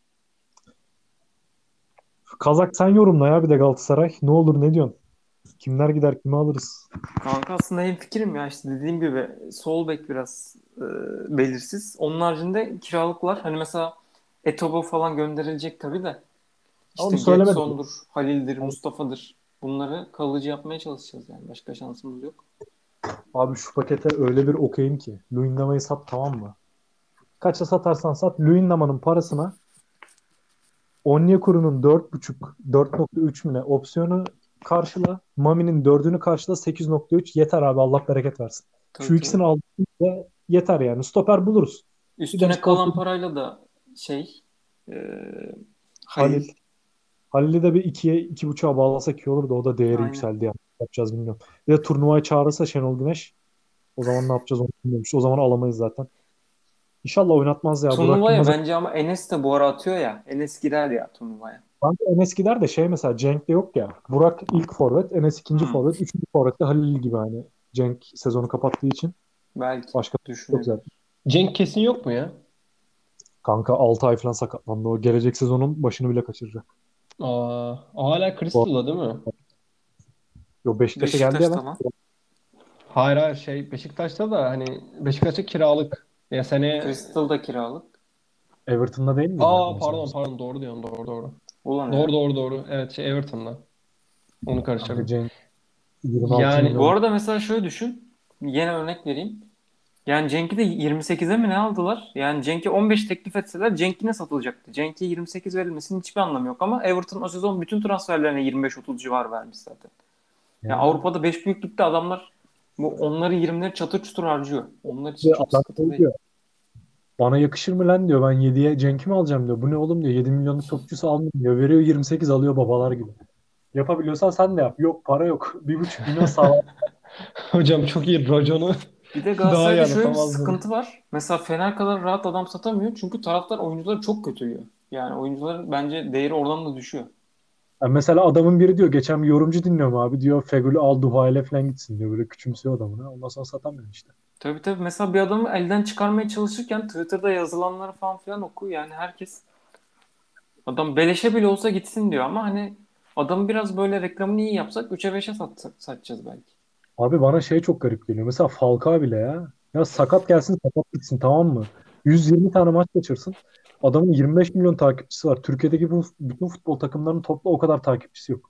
Kazak sen yorumla ya, bir de Galatasaray. Ne olur, ne diyorsun? Kimler gider, kimi alırız? Kanka aslında hemfikirim ya, işte dediğim gibi sol bek biraz belirsiz. Onun haricinde kiralıklar hani mesela Etobo falan gönderilecek tabii de. Onu İşte söylemedik. Getson'dur, Halil'dir, Mustafa'dır. Bunları kalıcı yapmaya çalışacağız yani. Başka şansımız yok. Abi şu pakete öyle bir okeyim ki. Luyendama'yı sat tamam mı? Kaça satarsan sat. Luyendama'nın parasına Onyekuru'nun 4,5 4,3 mü ne opsiyonu karşıla. Mami'nin 4'ünü karşıla, 8,3 yeter abi, Allah bereket versin. Şu Tabii ikisini tabii. aldığında yeter yani. Stoper buluruz. Gideriz Üstüne kalan Portekiz, parayla da şey e, Halil. Halil. Halil'i de bir 2'ye 2,5'a bağlasak iyi olur da o da değeri Aynen. yükseldi yani. Ne yapacağız bilmiyorum. Bir de turnuvaya çağırırsa Şenol Güneş, o zaman ne yapacağız onu bilmiyorum. İşte o zaman alamayız zaten. İnşallah oynatmaz ya. Burak Turnuvaya Yılmaz'a. bence ama Enes de bu ara atıyor ya. Enes girer ya turnuvaya. Bence Enes gider de şey, mesela Cenk'te yok ya. Burak ilk forvet, Enes ikinci Hmm, forvet, üçüncü forvet de Halil gibi hani. Cenk sezonu kapattığı için belki başka yok zaten. düşünebilir. Cenk kesin yok mu ya? Kanka 6 ay falan sakatlandı. O gelecek sezonun başını bile kaçıracak. Hala Bu Crystal'da değil mi? Yo, Beşiktaş'a geldi ya ben. Beşiktaş'ta lan. Hayır hayır şey Beşiktaş'ta da hani Beşiktaş'a kiralık. Ya sene Crystal'da kiralık. Everton'da değil miydi ya pardon bonservis? pardon doğru diyorsun doğru. Ulan Doğru ya. doğru doğru. Evet şey Everton'da. Onu Kanka karıştırdım. Cenk 26 Yani Bu milyon. arada mesela şöyle düşün. Yine örnek vereyim. Yani Cenk'i de 28'e mi ne aldılar? Yani Cenk'e 15 teklif etseler Cenk'ine satılacaktı. Cenk'e 28 verilmesinin hiçbir anlamı yok ama Everton o sezon bütün transferlerine 25-30 civar vermiş zaten. Yani Yani Avrupa'da 5 büyük ligde adamlar bu onları 20'leri çatır çutur harcıyor. Onlar için bir çok adam sıkıntı şey değil. diyor. Bana yakışır mı lan diyor. Ben 7'ye Cenk'i mi alacağım diyor. Bu ne oğlum diyor. 7 milyonluk topçusu almıyor diyor. Veriyor 28, alıyor babalar gibi. Yapabiliyorsan sen de yap. Yok, para yok. 1,5 milyon sağlam. hocam çok iyi raconu Bir de daha iyi Galatasaray'da şöyle bir anlatamazdın. sıkıntı var. Mesela Fener kadar rahat adam satamıyor. Çünkü taraftar oyuncuları çok kötüyor. Yani oyuncuların bence değeri oradan da düşüyor. Yani mesela adamın biri diyor, geçen bir yorumcu dinliyorum abi, diyor Fegül'ü al Duha ile falan gitsin diyor. Böyle küçümsüyor adamını. Ondan sonra satamıyor işte. Tabii tabii. Mesela bir adamı elden çıkarmaya çalışırken Twitter'da yazılanları falan filan oku. Yani herkes adam beleşe bile olsa gitsin diyor ama hani adamı biraz böyle reklamını iyi yapsak 3'e 5'e satacağız belki. Abi bana şey çok garip geliyor. Mesela Falcao bile ya. Ya sakat gelsin, sakat gitsin tamam mı? 120 tane maç geçirsin. Adamın 25 milyon takipçisi var. Türkiye'deki bu bütün futbol takımlarının toplu o kadar takipçisi yok.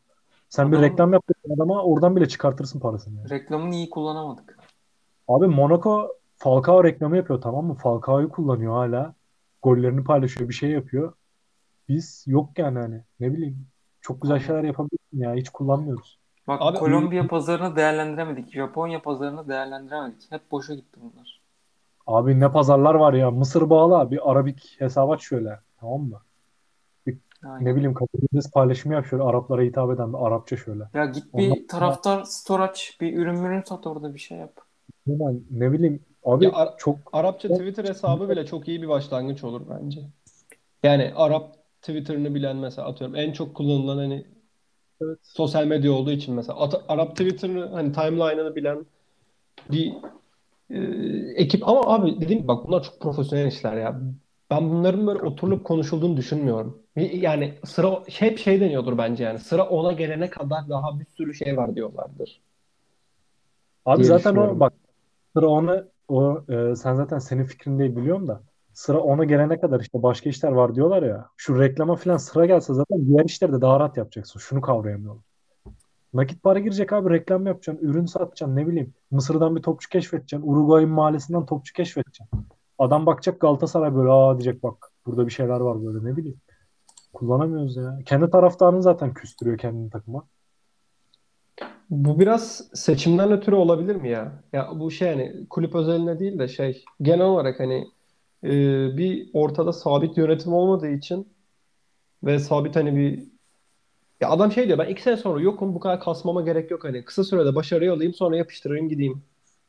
Sen bir Adamın reklam yaptırdın adama, oradan bile çıkartırsın parasını yani. reklamını iyi kullanamadık. Abi Monaco Falcao reklamı yapıyor, tamam mı? Falcao'yu kullanıyor hala. Gollerini paylaşıyor, bir şey yapıyor. Biz yok yani, hani ne bileyim. Çok güzel Aynen. şeyler yapabilirsin ya. Hiç kullanmıyoruz. Bak, Abi Kolombiya pazarını değerlendiremedik. Japonya pazarını değerlendiremedik. Hep boşa gitti bunlar. Abi ne pazarlar var ya. Mısır bağla. Bir Arabik hesap aç şöyle. Tamam mı? Bir, ne Aynen. bileyim, Karadeniz paylaşımı yap şöyle. Araplara hitap eden bir Arapça şöyle. Ya git Ondan bir sonra taraftar store aç. Bir ürün sat orada, bir şey yap. ne bileyim ya abi, çok Arapça Twitter hesabı bile çok iyi bir başlangıç olur bence. Yani Arap Twitter'ını bilen mesela atıyorum en çok kullanılan hani evet. sosyal medya olduğu için mesela Arap Twitter'ını hani timeline'ını bilen bir e, ekip ama abi dediğim gibi bak bunlar çok profesyonel işler ya. Ben bunların böyle oturulup konuşulduğunu düşünmüyorum. Yani sıra hep şey deniyordur bence yani. Sıra ona gelene kadar daha bir sürü şey var diyorlardır Abi diye zaten o düşünüyorum. bak, sıra ona sen zaten, senin fikrin değil biliyorum da, sıra ona gelene kadar işte başka işler var diyorlar ya. Şu reklama falan sıra gelse zaten diğer işleri de daha rahat yapacaksın. Şunu kavrayamıyorum. Nakit para girecek abi, reklam yapacaksın, ürün satacaksın, ne bileyim. Mısır'dan bir topçu keşfedeceksin. Uruguay'ın mahallesinden topçu keşfedeceksin. Adam bakacak Galatasaray, böyle aa diyecek, bak burada bir şeyler var, böyle ne bileyim. Kullanamıyoruz ya. Kendi taraftarını zaten küstürüyor kendini takıma. Bu biraz seçimden ötürü olabilir mi ya? Ya bu şey hani kulüp özeline değil de şey genel olarak hani bir ortada sabit yönetim olmadığı için ve sabit hani bir ya adam şey diyor ben 2 sene sonra yokum bu kadar kasmama gerek yok hani kısa sürede başarıyı alayım sonra yapıştırayım gideyim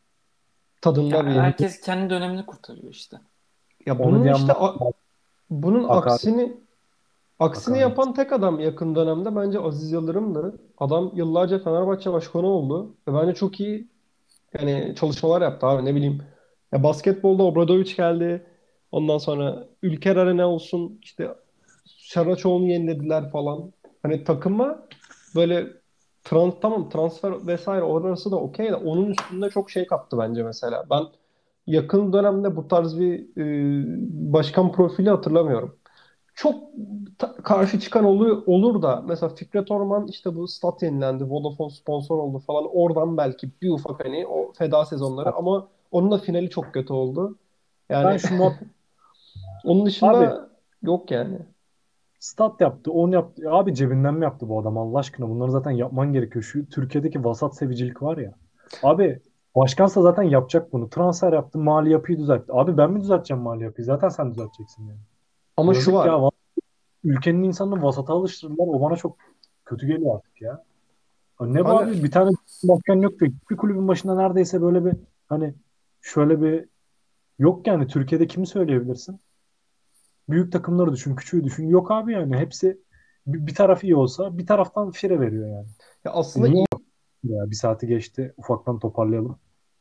Ya tadında bir herkes kendi dönemini kurtarıyor işte. ya Onu bunun diyen işte var. bunun Hakaret, aksini hakaret. yapan tek adam yakın dönemde bence Aziz Yıldırım'dı. Adam yıllarca Fenerbahçe başkanı oldu ve bence çok iyi yani çalışmalar yaptı abi ne bileyim. Ya basketbolda Obradoviç geldi. Ondan sonra Ülker Arena olsun işte Şaraçoğlu'nu yenilediler falan. Hani takıma böyle tamam transfer vesaire orası da okey de onun üstünde çok şey kattı bence mesela. Ben yakın dönemde bu tarz bir başkan profili hatırlamıyorum. Çok karşı çıkan olur da mesela Fikret Orman işte bu stat yenilendi. Vodafone sponsor oldu falan. Oradan belki bir ufak hani o feda sezonları ama onun da finali çok kötü oldu. Ben Yani şu muhabbet onun abi, dışında yok yani. stat yaptı, onu yaptı. Ya abi cebinden mi yaptı bu adam Allah aşkına? Bunları zaten yapman gerekiyor. Şu Türkiye'deki vasat sevicilik var ya. Abi başkansa zaten yapacak bunu. Transfer yaptı, mali yapıyı düzeltti. Abi ben mi düzelteceğim mali yapıyı? Zaten sen düzelteceksin yani. Ama şu Yazık ya. var. Ülkenin insanını vasata alıştırdılar. O bana çok kötü geliyor artık ya. Ha, ne bu Abi abi? Bir tane başkan yok ki. Bir kulübün başında neredeyse böyle bir, hani şöyle bir, yok yani. Türkiye'de kimi söyleyebilirsin? Büyük takımları düşün, küçüğü düşün. Yok abi yani. Hepsi bir taraf iyi olsa bir taraftan fire veriyor yani. ya aslında Niye iyi ya? Bir saati geçti. Ufaktan toparlayalım.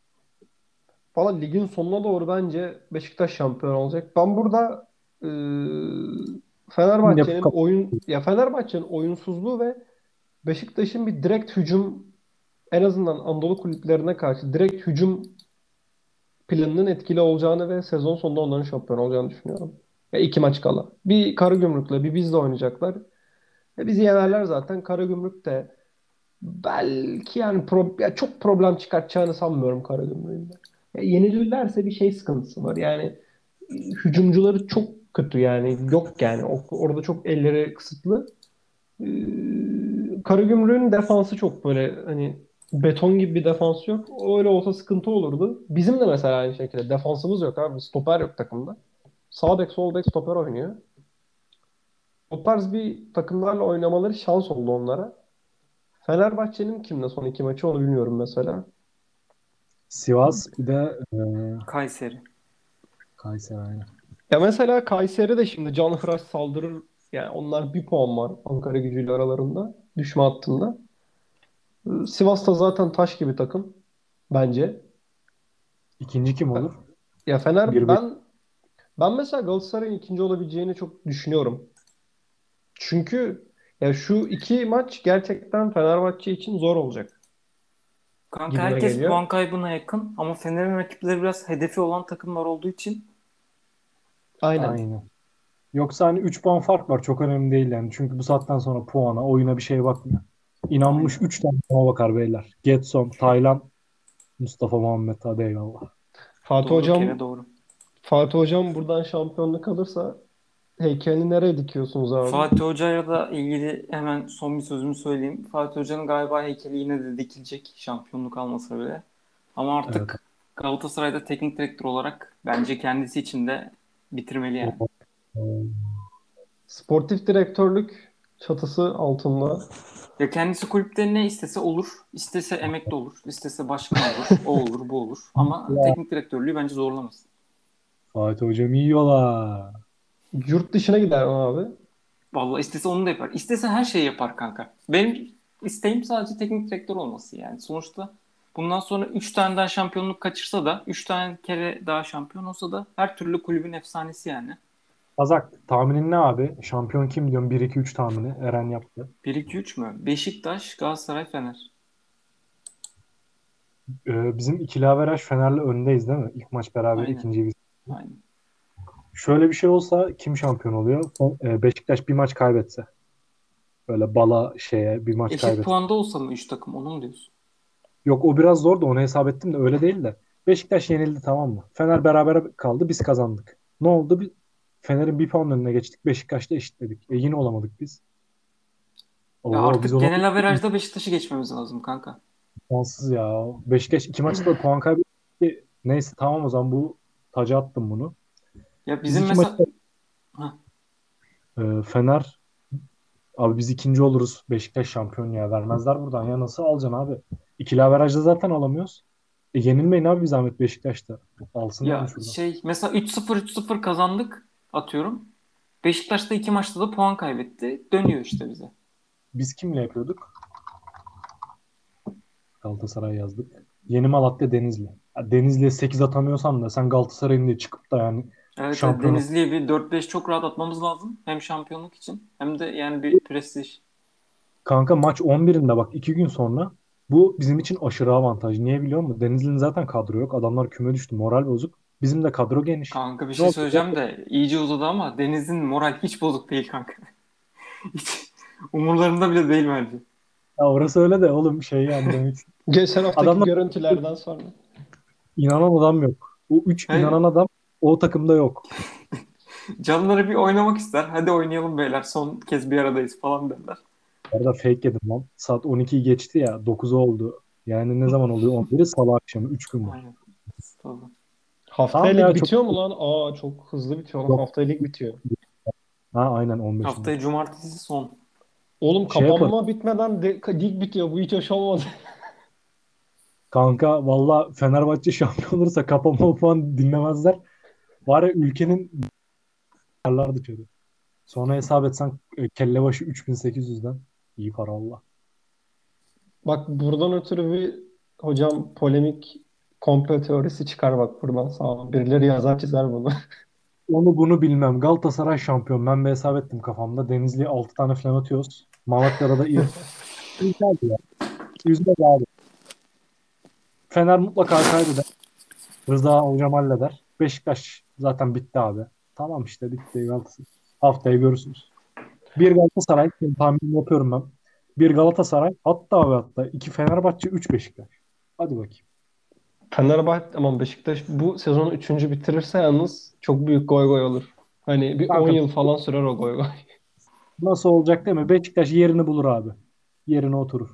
falan ligin sonuna doğru bence Beşiktaş şampiyon olacak. Ben burada e, Yapıp Fenerbahçe'nin oyunsuzluğu ve Beşiktaş'ın bir direkt hücum en azından Anadolu kulüplerine karşı direkt hücum planının etkili olacağını ve sezon sonunda onların şampiyon olacağını düşünüyorum. Ve 2 maç kala. Bir Karagümrük'le bir bizle oynayacaklar. Bizi yenerler zaten. Karagümrük de belki yani ya çok problem çıkartacağını sanmıyorum Karagümrük'ün de. Yenilirlerse bir şey sıkıntısı var. Yani hücumcuları çok kötü yani. Yok yani. Orada çok elleri kısıtlı. Karagümrük'ün defansı çok böyle hani beton gibi bir defans yok. Öyle olsa sıkıntı olurdu. Bizim de mesela aynı şekilde defansımız yok abi. Stoper yok takımda. Sağ bek, sol bek, stoper oynuyor. O tarz bir takımlarla oynamaları şans oldu onlara. Fenerbahçe'nin kimle son 2 maçı onu bilmiyorum mesela. Sivas, bir de Kayseri. Kayseri aynen. Ya mesela Kayseri de şimdi canhıraş saldırır. Yani onlar bir puan var Ankara gücüyle aralarında. Düşme hattında. Sivas da zaten taş gibi takım bence. İkinci kim olur? Ya Fener Bir, ben mesela Galatasaray'ın ikinci olabileceğini çok düşünüyorum. Çünkü ya şu 2 maç gerçekten Fenerbahçe için zor olacak Kanka gibime herkes geliyor. puan kaybına yakın ama Fener'in rakipleri biraz hedefi olan takımlar olduğu için Aynen. aynen. Yoksa hani 3 puan fark var. Çok önemli değil yani. Çünkü bu saatten sonra puana, oyuna bir şeye bakmıyor. İnanmış Aynen. 3 tane adama bakar beyler. Getson, Taylan, Mustafa Muhammed. Hadi eyvallah. Fatih Doğru kere Hocam doğru. Fatih Hocam buradan şampiyonluk alırsa heykelini nereye dikiyorsunuz abi? Fatih Hoca'ya da ilgili hemen son bir sözümü söyleyeyim. Fatih Hoca'nın galiba heykeli yine de dikilecek şampiyonluk almasa bile. Ama Evet. artık Galatasaray'da teknik direktör olarak bence kendisi için de bitirmeli yani. Sportif direktörlük çatısı altında. Ya kendisi kulüpte ne istese olur. İstese emekli olur. İstese başkan olur. O olur, bu olur. Ama Ya, teknik direktörlüğü bence zorlamaz. Fatih Hocam iyi yola. Yurt dışına gider mi abi? Vallahi istese onu da yapar. İstese her şeyi yapar kanka. Benim isteğim sadece teknik direktör olması yani. Sonuçta bundan sonra 3 tane daha şampiyonluk kaçırsa da 3 tane kere daha şampiyon olsa da her türlü kulübün efsanesi yani. Kazak tahminin ne abi? Şampiyon kim diyorum? 1-2-3 tahmini. Eren yaptı. 1-2-3 mü? Beşiktaş, Galatasaray, Fener. Bizim ikili averaj Fener'le öndeyiz değil mi? İlk maç beraber Aynen. ikinciyi biz. Aynen. Şöyle bir şey olsa kim şampiyon oluyor? Beşiktaş bir maç kaybetse. Böyle bala şeye bir maç Eşit kaybetse. puanda olsa mı 3 takım onu mu diyorsun? Yok o biraz zor da onu hesap ettim de öyle değil de. Beşiktaş yenildi tamam mı? Fener beraber kaldı biz kazandık. Ne oldu? Fener'in bir puan önüne geçtik. Beşiktaş'ta eşitledik. Yine olamadık biz. Ya Oo biz artık olamadık. genel averajda Beşiktaş'ı geçmemiz lazım kanka. İmkansız ya. Beşiktaş iki maçta da puan kaybetti. Neyse tamam o zaman bu taca attım bunu. Ya Biz bizim iki mesela maçta Heh, Fener abi biz ikinci oluruz. Beşiktaş şampiyon ya. Vermezler buradan ya. Nasıl alacaksın abi? İkili averajda zaten alamıyoruz. Yenilmeyin abi bir zahmet Beşiktaş'ta. Alsın yani ya şuradan. mesela 3-0 kazandık atıyorum. Beşiktaş da 2 maçta da puan kaybetti. Dönüyor işte bize. Biz kimle yapıyorduk? Galatasaray yazdık. Yeni Malatya Denizli. Ya Denizli'ye 8 atamıyorsan da sen Galatasaray'ın diye çıkıp da yani Evet, şampiyonu Denizli'ye bir 4-5 çok rahat atmamız lazım. Hem şampiyonluk için hem de yani bir prestij. kanka maç 11'inde bak 2 gün sonra bu bizim için aşırı avantaj. Niye biliyor musun? Denizli'nin zaten kadro yok. Adamlar küme düştü. Moral bozuk. Bizim de kadro geniş. Kanka bir Ne şey olacak? söyleyeceğim de iyice uzadı ama Deniz'in moral hiç bozuk değil kanka. Hiç umurlarında bile değil bence. Ya orası öyle de oğlum şey yani demek. Geçen haftaki Adamlar görüntülerden sonra. inanan adam yok. O 3 He, inanan adam o takımda yok. canları bir oynamak ister. Hadi oynayalım beyler son kez bir aradayız falan derler. Arada fake yedim lan. Saat 12'yi geçti ya. 9 oldu. Yani ne zaman oluyor? 11'i salı akşamı. 3 gün var. Aynen. Tabii. Tamam Haftaya lig ya çok bitiyor mu lan? Aa çok hızlı bitiyor lan. yok. Haftaya lig bitiyor. Ha aynen 15'inde. Haftaya cumartesi son. Oğlum Şey yaparım. kapanma bitmeden lig bitiyor. Bu hiç hoş olmadı. Kanka valla Fenerbahçe şampiyon olursa kapama falan dinlemezler. Var ya ülkenin yerler dışarı. Sonra hesap etsen kelle başı 3800'den iyi para Allah. Bak buradan ötürü bir hocam polemik komplo teorisi çıkar bak buradan sağ ol. Birileri yazar çizer bunu. Onu bunu bilmem. Galatasaray şampiyon. Ben bir hesap ettim kafamda. Denizli'ye 6 tane falan atıyoruz. Malatya'da da iyi. Güzeldi ya. Üzme abi. Fener mutlaka kaybeder. Rıza hocam halleder. Beşiktaş zaten bitti abi. Tamam işte bitti Galatasaray. Haftaya görürsünüz. Bir Galatasaray, benim tahminimi yapıyorum ben. Bir Galatasaray, hatta ve hatta iki Fenerbahçe, üç Beşiktaş. Hadi bakayım. Fenerbahçe aman Beşiktaş bu sezonu üçüncü bitirirse yalnız çok büyük goy goy olur. Hani bir 10 Kanka yıl falan sürer o goy goy. nasıl olacak değil mi? Beşiktaş yerini bulur abi. Yerine oturur.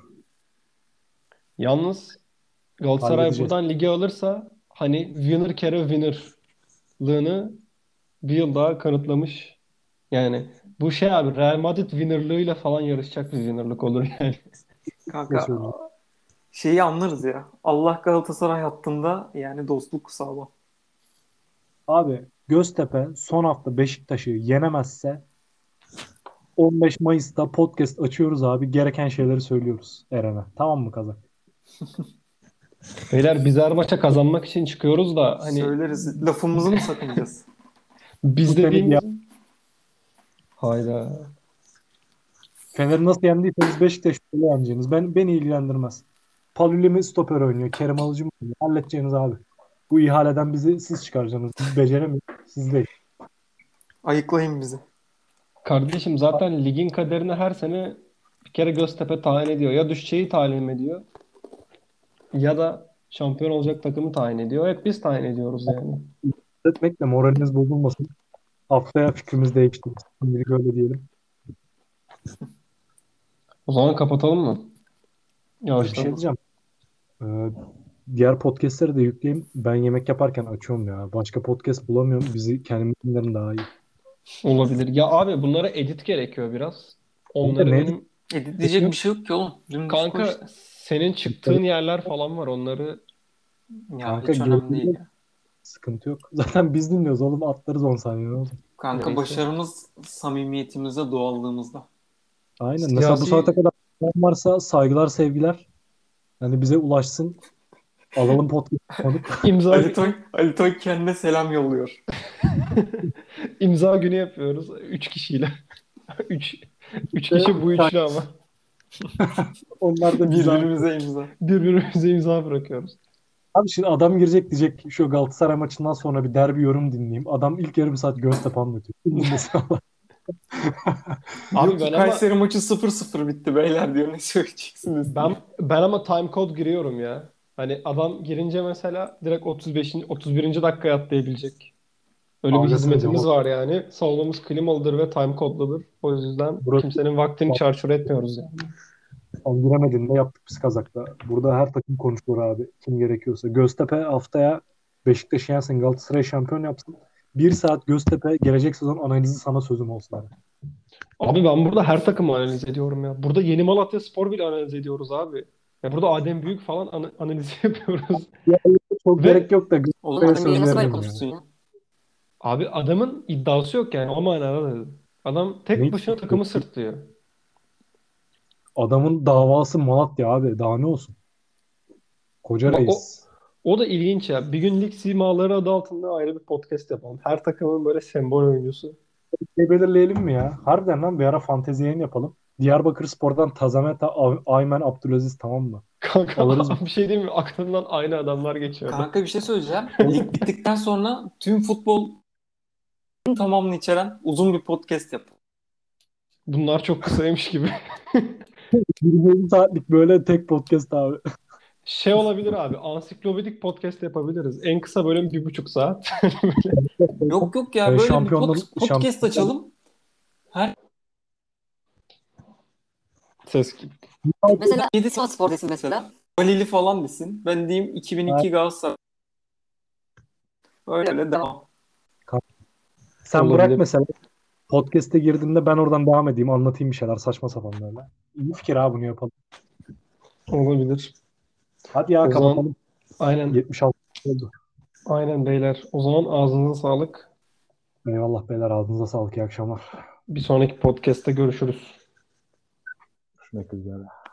Yalnız Galatasaray Halledeceğiz. buradan ligi alırsa hani winner kere winner'lığını bir yıl daha kanıtlamış. Yani bu şey abi Real Madrid winner'lığıyla falan yarışacak bir winner'lık olur yani. Ne Kanka söyleyeceğim? şeyi anlarız ya. Allah Galatasaray hattında yani dostluk sağlam. Abi Göztepe son hafta Beşiktaş'ı yenemezse 15 Mayıs'ta podcast açıyoruz abi. Gereken şeyleri söylüyoruz Eren'e. Tamam mı Kazak? Beyler biz her maça kazanmak için çıkıyoruz da hani Söyleriz. Lafımızı mı sakınacağız? Bu biz sene ya dediğimiz hayda. Fener'i nasıl yendiyseniz Beşiktaş'ı öyle yeneceğiniz. Beni ilgilendirmez. Paluli mi stoper oynuyor? Kerim Alıcı mı oynuyor? Halledeceğiniz abi. Bu ihaleden bizi siz çıkaracaksınız. Biz beceremiyoruz. Siz değil. Ayıklayın bizi. Kardeşim zaten ligin kaderini her sene Bir kere Göztepe tayin ediyor. Ya düşeceği tayin ediyor ya da şampiyon olacak takımı tayin ediyor. Hep biz tayin ediyoruz yani. Etmekle moraliniz bozulmasın. Haftaya fikrimiz değişti. Şimdilik öyle diyelim. O zaman kapatalım mı? Bir şey Yavaştan. diyeceğim. Ee, diğer podcastleri de yükleyeyim. Ben yemek yaparken açıyorum ya. Başka podcast bulamıyorum. Bizi kendimizden daha iyi. Olabilir. Ya abi bunlara edit gerekiyor biraz. Kanka Onları ne benim Diyecek bir şey yok ki oğlum. Dümdüz koy kanka işte. senin çıktığın yerler falan var. Onları Ya kanka hiç önemli değil gerekiyor. ya. Sıkıntı yok. Zaten biz dinliyoruz oğlum. Atlarız 10 saniye. Ne olacak? Kanka neyse. başarımız samimiyetimizde, doğallığımızda. Aynen. Mesela bu saate Siyasi kadar varsa saygılar, sevgiler. Yani bize ulaşsın. Alalım podcast konuk. imza Ali Toy kendine selam yolluyor. imza günü yapıyoruz 3 kişiyle. 3 3 Ve kişi bu üçlü ama onlar da bize. Birbirimize imza. birbirimize imza bırakıyoruz. Abi şimdi adam girecek diyecek şu Galatasaray maçından sonra bir derbi yorum dinleyeyim. Adam ilk yarım saat Göztepe anlatıyor. Kim dinlesin Allah. Abi Diyor ki ben ama Kayseri maçı 0-0 bitti beyler diyor. Ne söyleyeceksiniz diye. ben ama time code giriyorum ya. Hani adam girince mesela direkt 35. 31. dakikaya atlayabilecek. Öyle bir Dalgasını hizmetimiz diyor. var yani. Salonumuz klimalıdır ve time kodludur. O yüzden Burası kimsenin vaktini çarçur etmiyoruz yani. sen giremedin de yaptık biz Kazak'ta. Burada her takım konuşulur abi. Kim gerekiyorsa. Göztepe haftaya Beşiktaş'ı yensin. Galatasaray şampiyon yapsın. Bir saat Göztepe gelecek sezon analizi sana sözüm olsun abi. Abi ben burada her takımı analiz ediyorum ya. Burada Yeni Malatyaspor bile analiz ediyoruz abi. Ya burada Adem Büyük falan analiz yapıyoruz. Diğerlerine çok gerek Ve yok da Oğlum Göztepe'ye Adem Bey'le söz nasıl böyle veririm ya. konuşursun ya? abi adamın iddiası yok yani o manada dedi. Adam tek Ne başına takımı sırtlıyor. adamın davası Malatya abi. Daha ne olsun? Koca Bak o reis. o da ilginç ya. Bir gün lig simaları adı altında ayrı bir podcast yapalım. Her takımın böyle sembol oyuncusu. Şey belirleyelim mi ya? Harbiden lan bir ara fantezi yayın yapalım. Diyarbakırspor'dan Tazameta, Aymen, Abdülaziz tamam mı? Kanka Alırız. bir şey diyeyim mi? Aklımdan aynı adamlar geçiyordu. Kanka bir şey söyleyeceğim. Lig bittikten sonra tüm futbol tamamını içeren uzun bir podcast yap. Bunlar çok kısaymış gibi. 20 saatlik böyle tek podcast abi. Şey olabilir abi. Ansiklopedik podcast yapabiliriz. En kısa bölüm 1,5 saat. Yok yok ya böyle bir Şampiyonluğun podcast açalım. Her Ses. mesela 7 saat spor desin mesela. Valili falan desin. Ben diyeyim 2002 Galatasaray. Öyle devam. Sen bırak Olabilir. mesela podcast'e girdiğinde ben oradan devam edeyim anlatayım bir şeyler saçma sapan böyle. İyi fikir abi bunu yapalım. Olabilir. Hadi ya O zaman kapatalım. aynen 76 oldu. aynen beyler. O zaman ağzınıza sağlık. Eyvallah beyler ağzınıza sağlık iyi akşamlar. Bir sonraki podcast'te görüşürüz. Görüşmek üzere.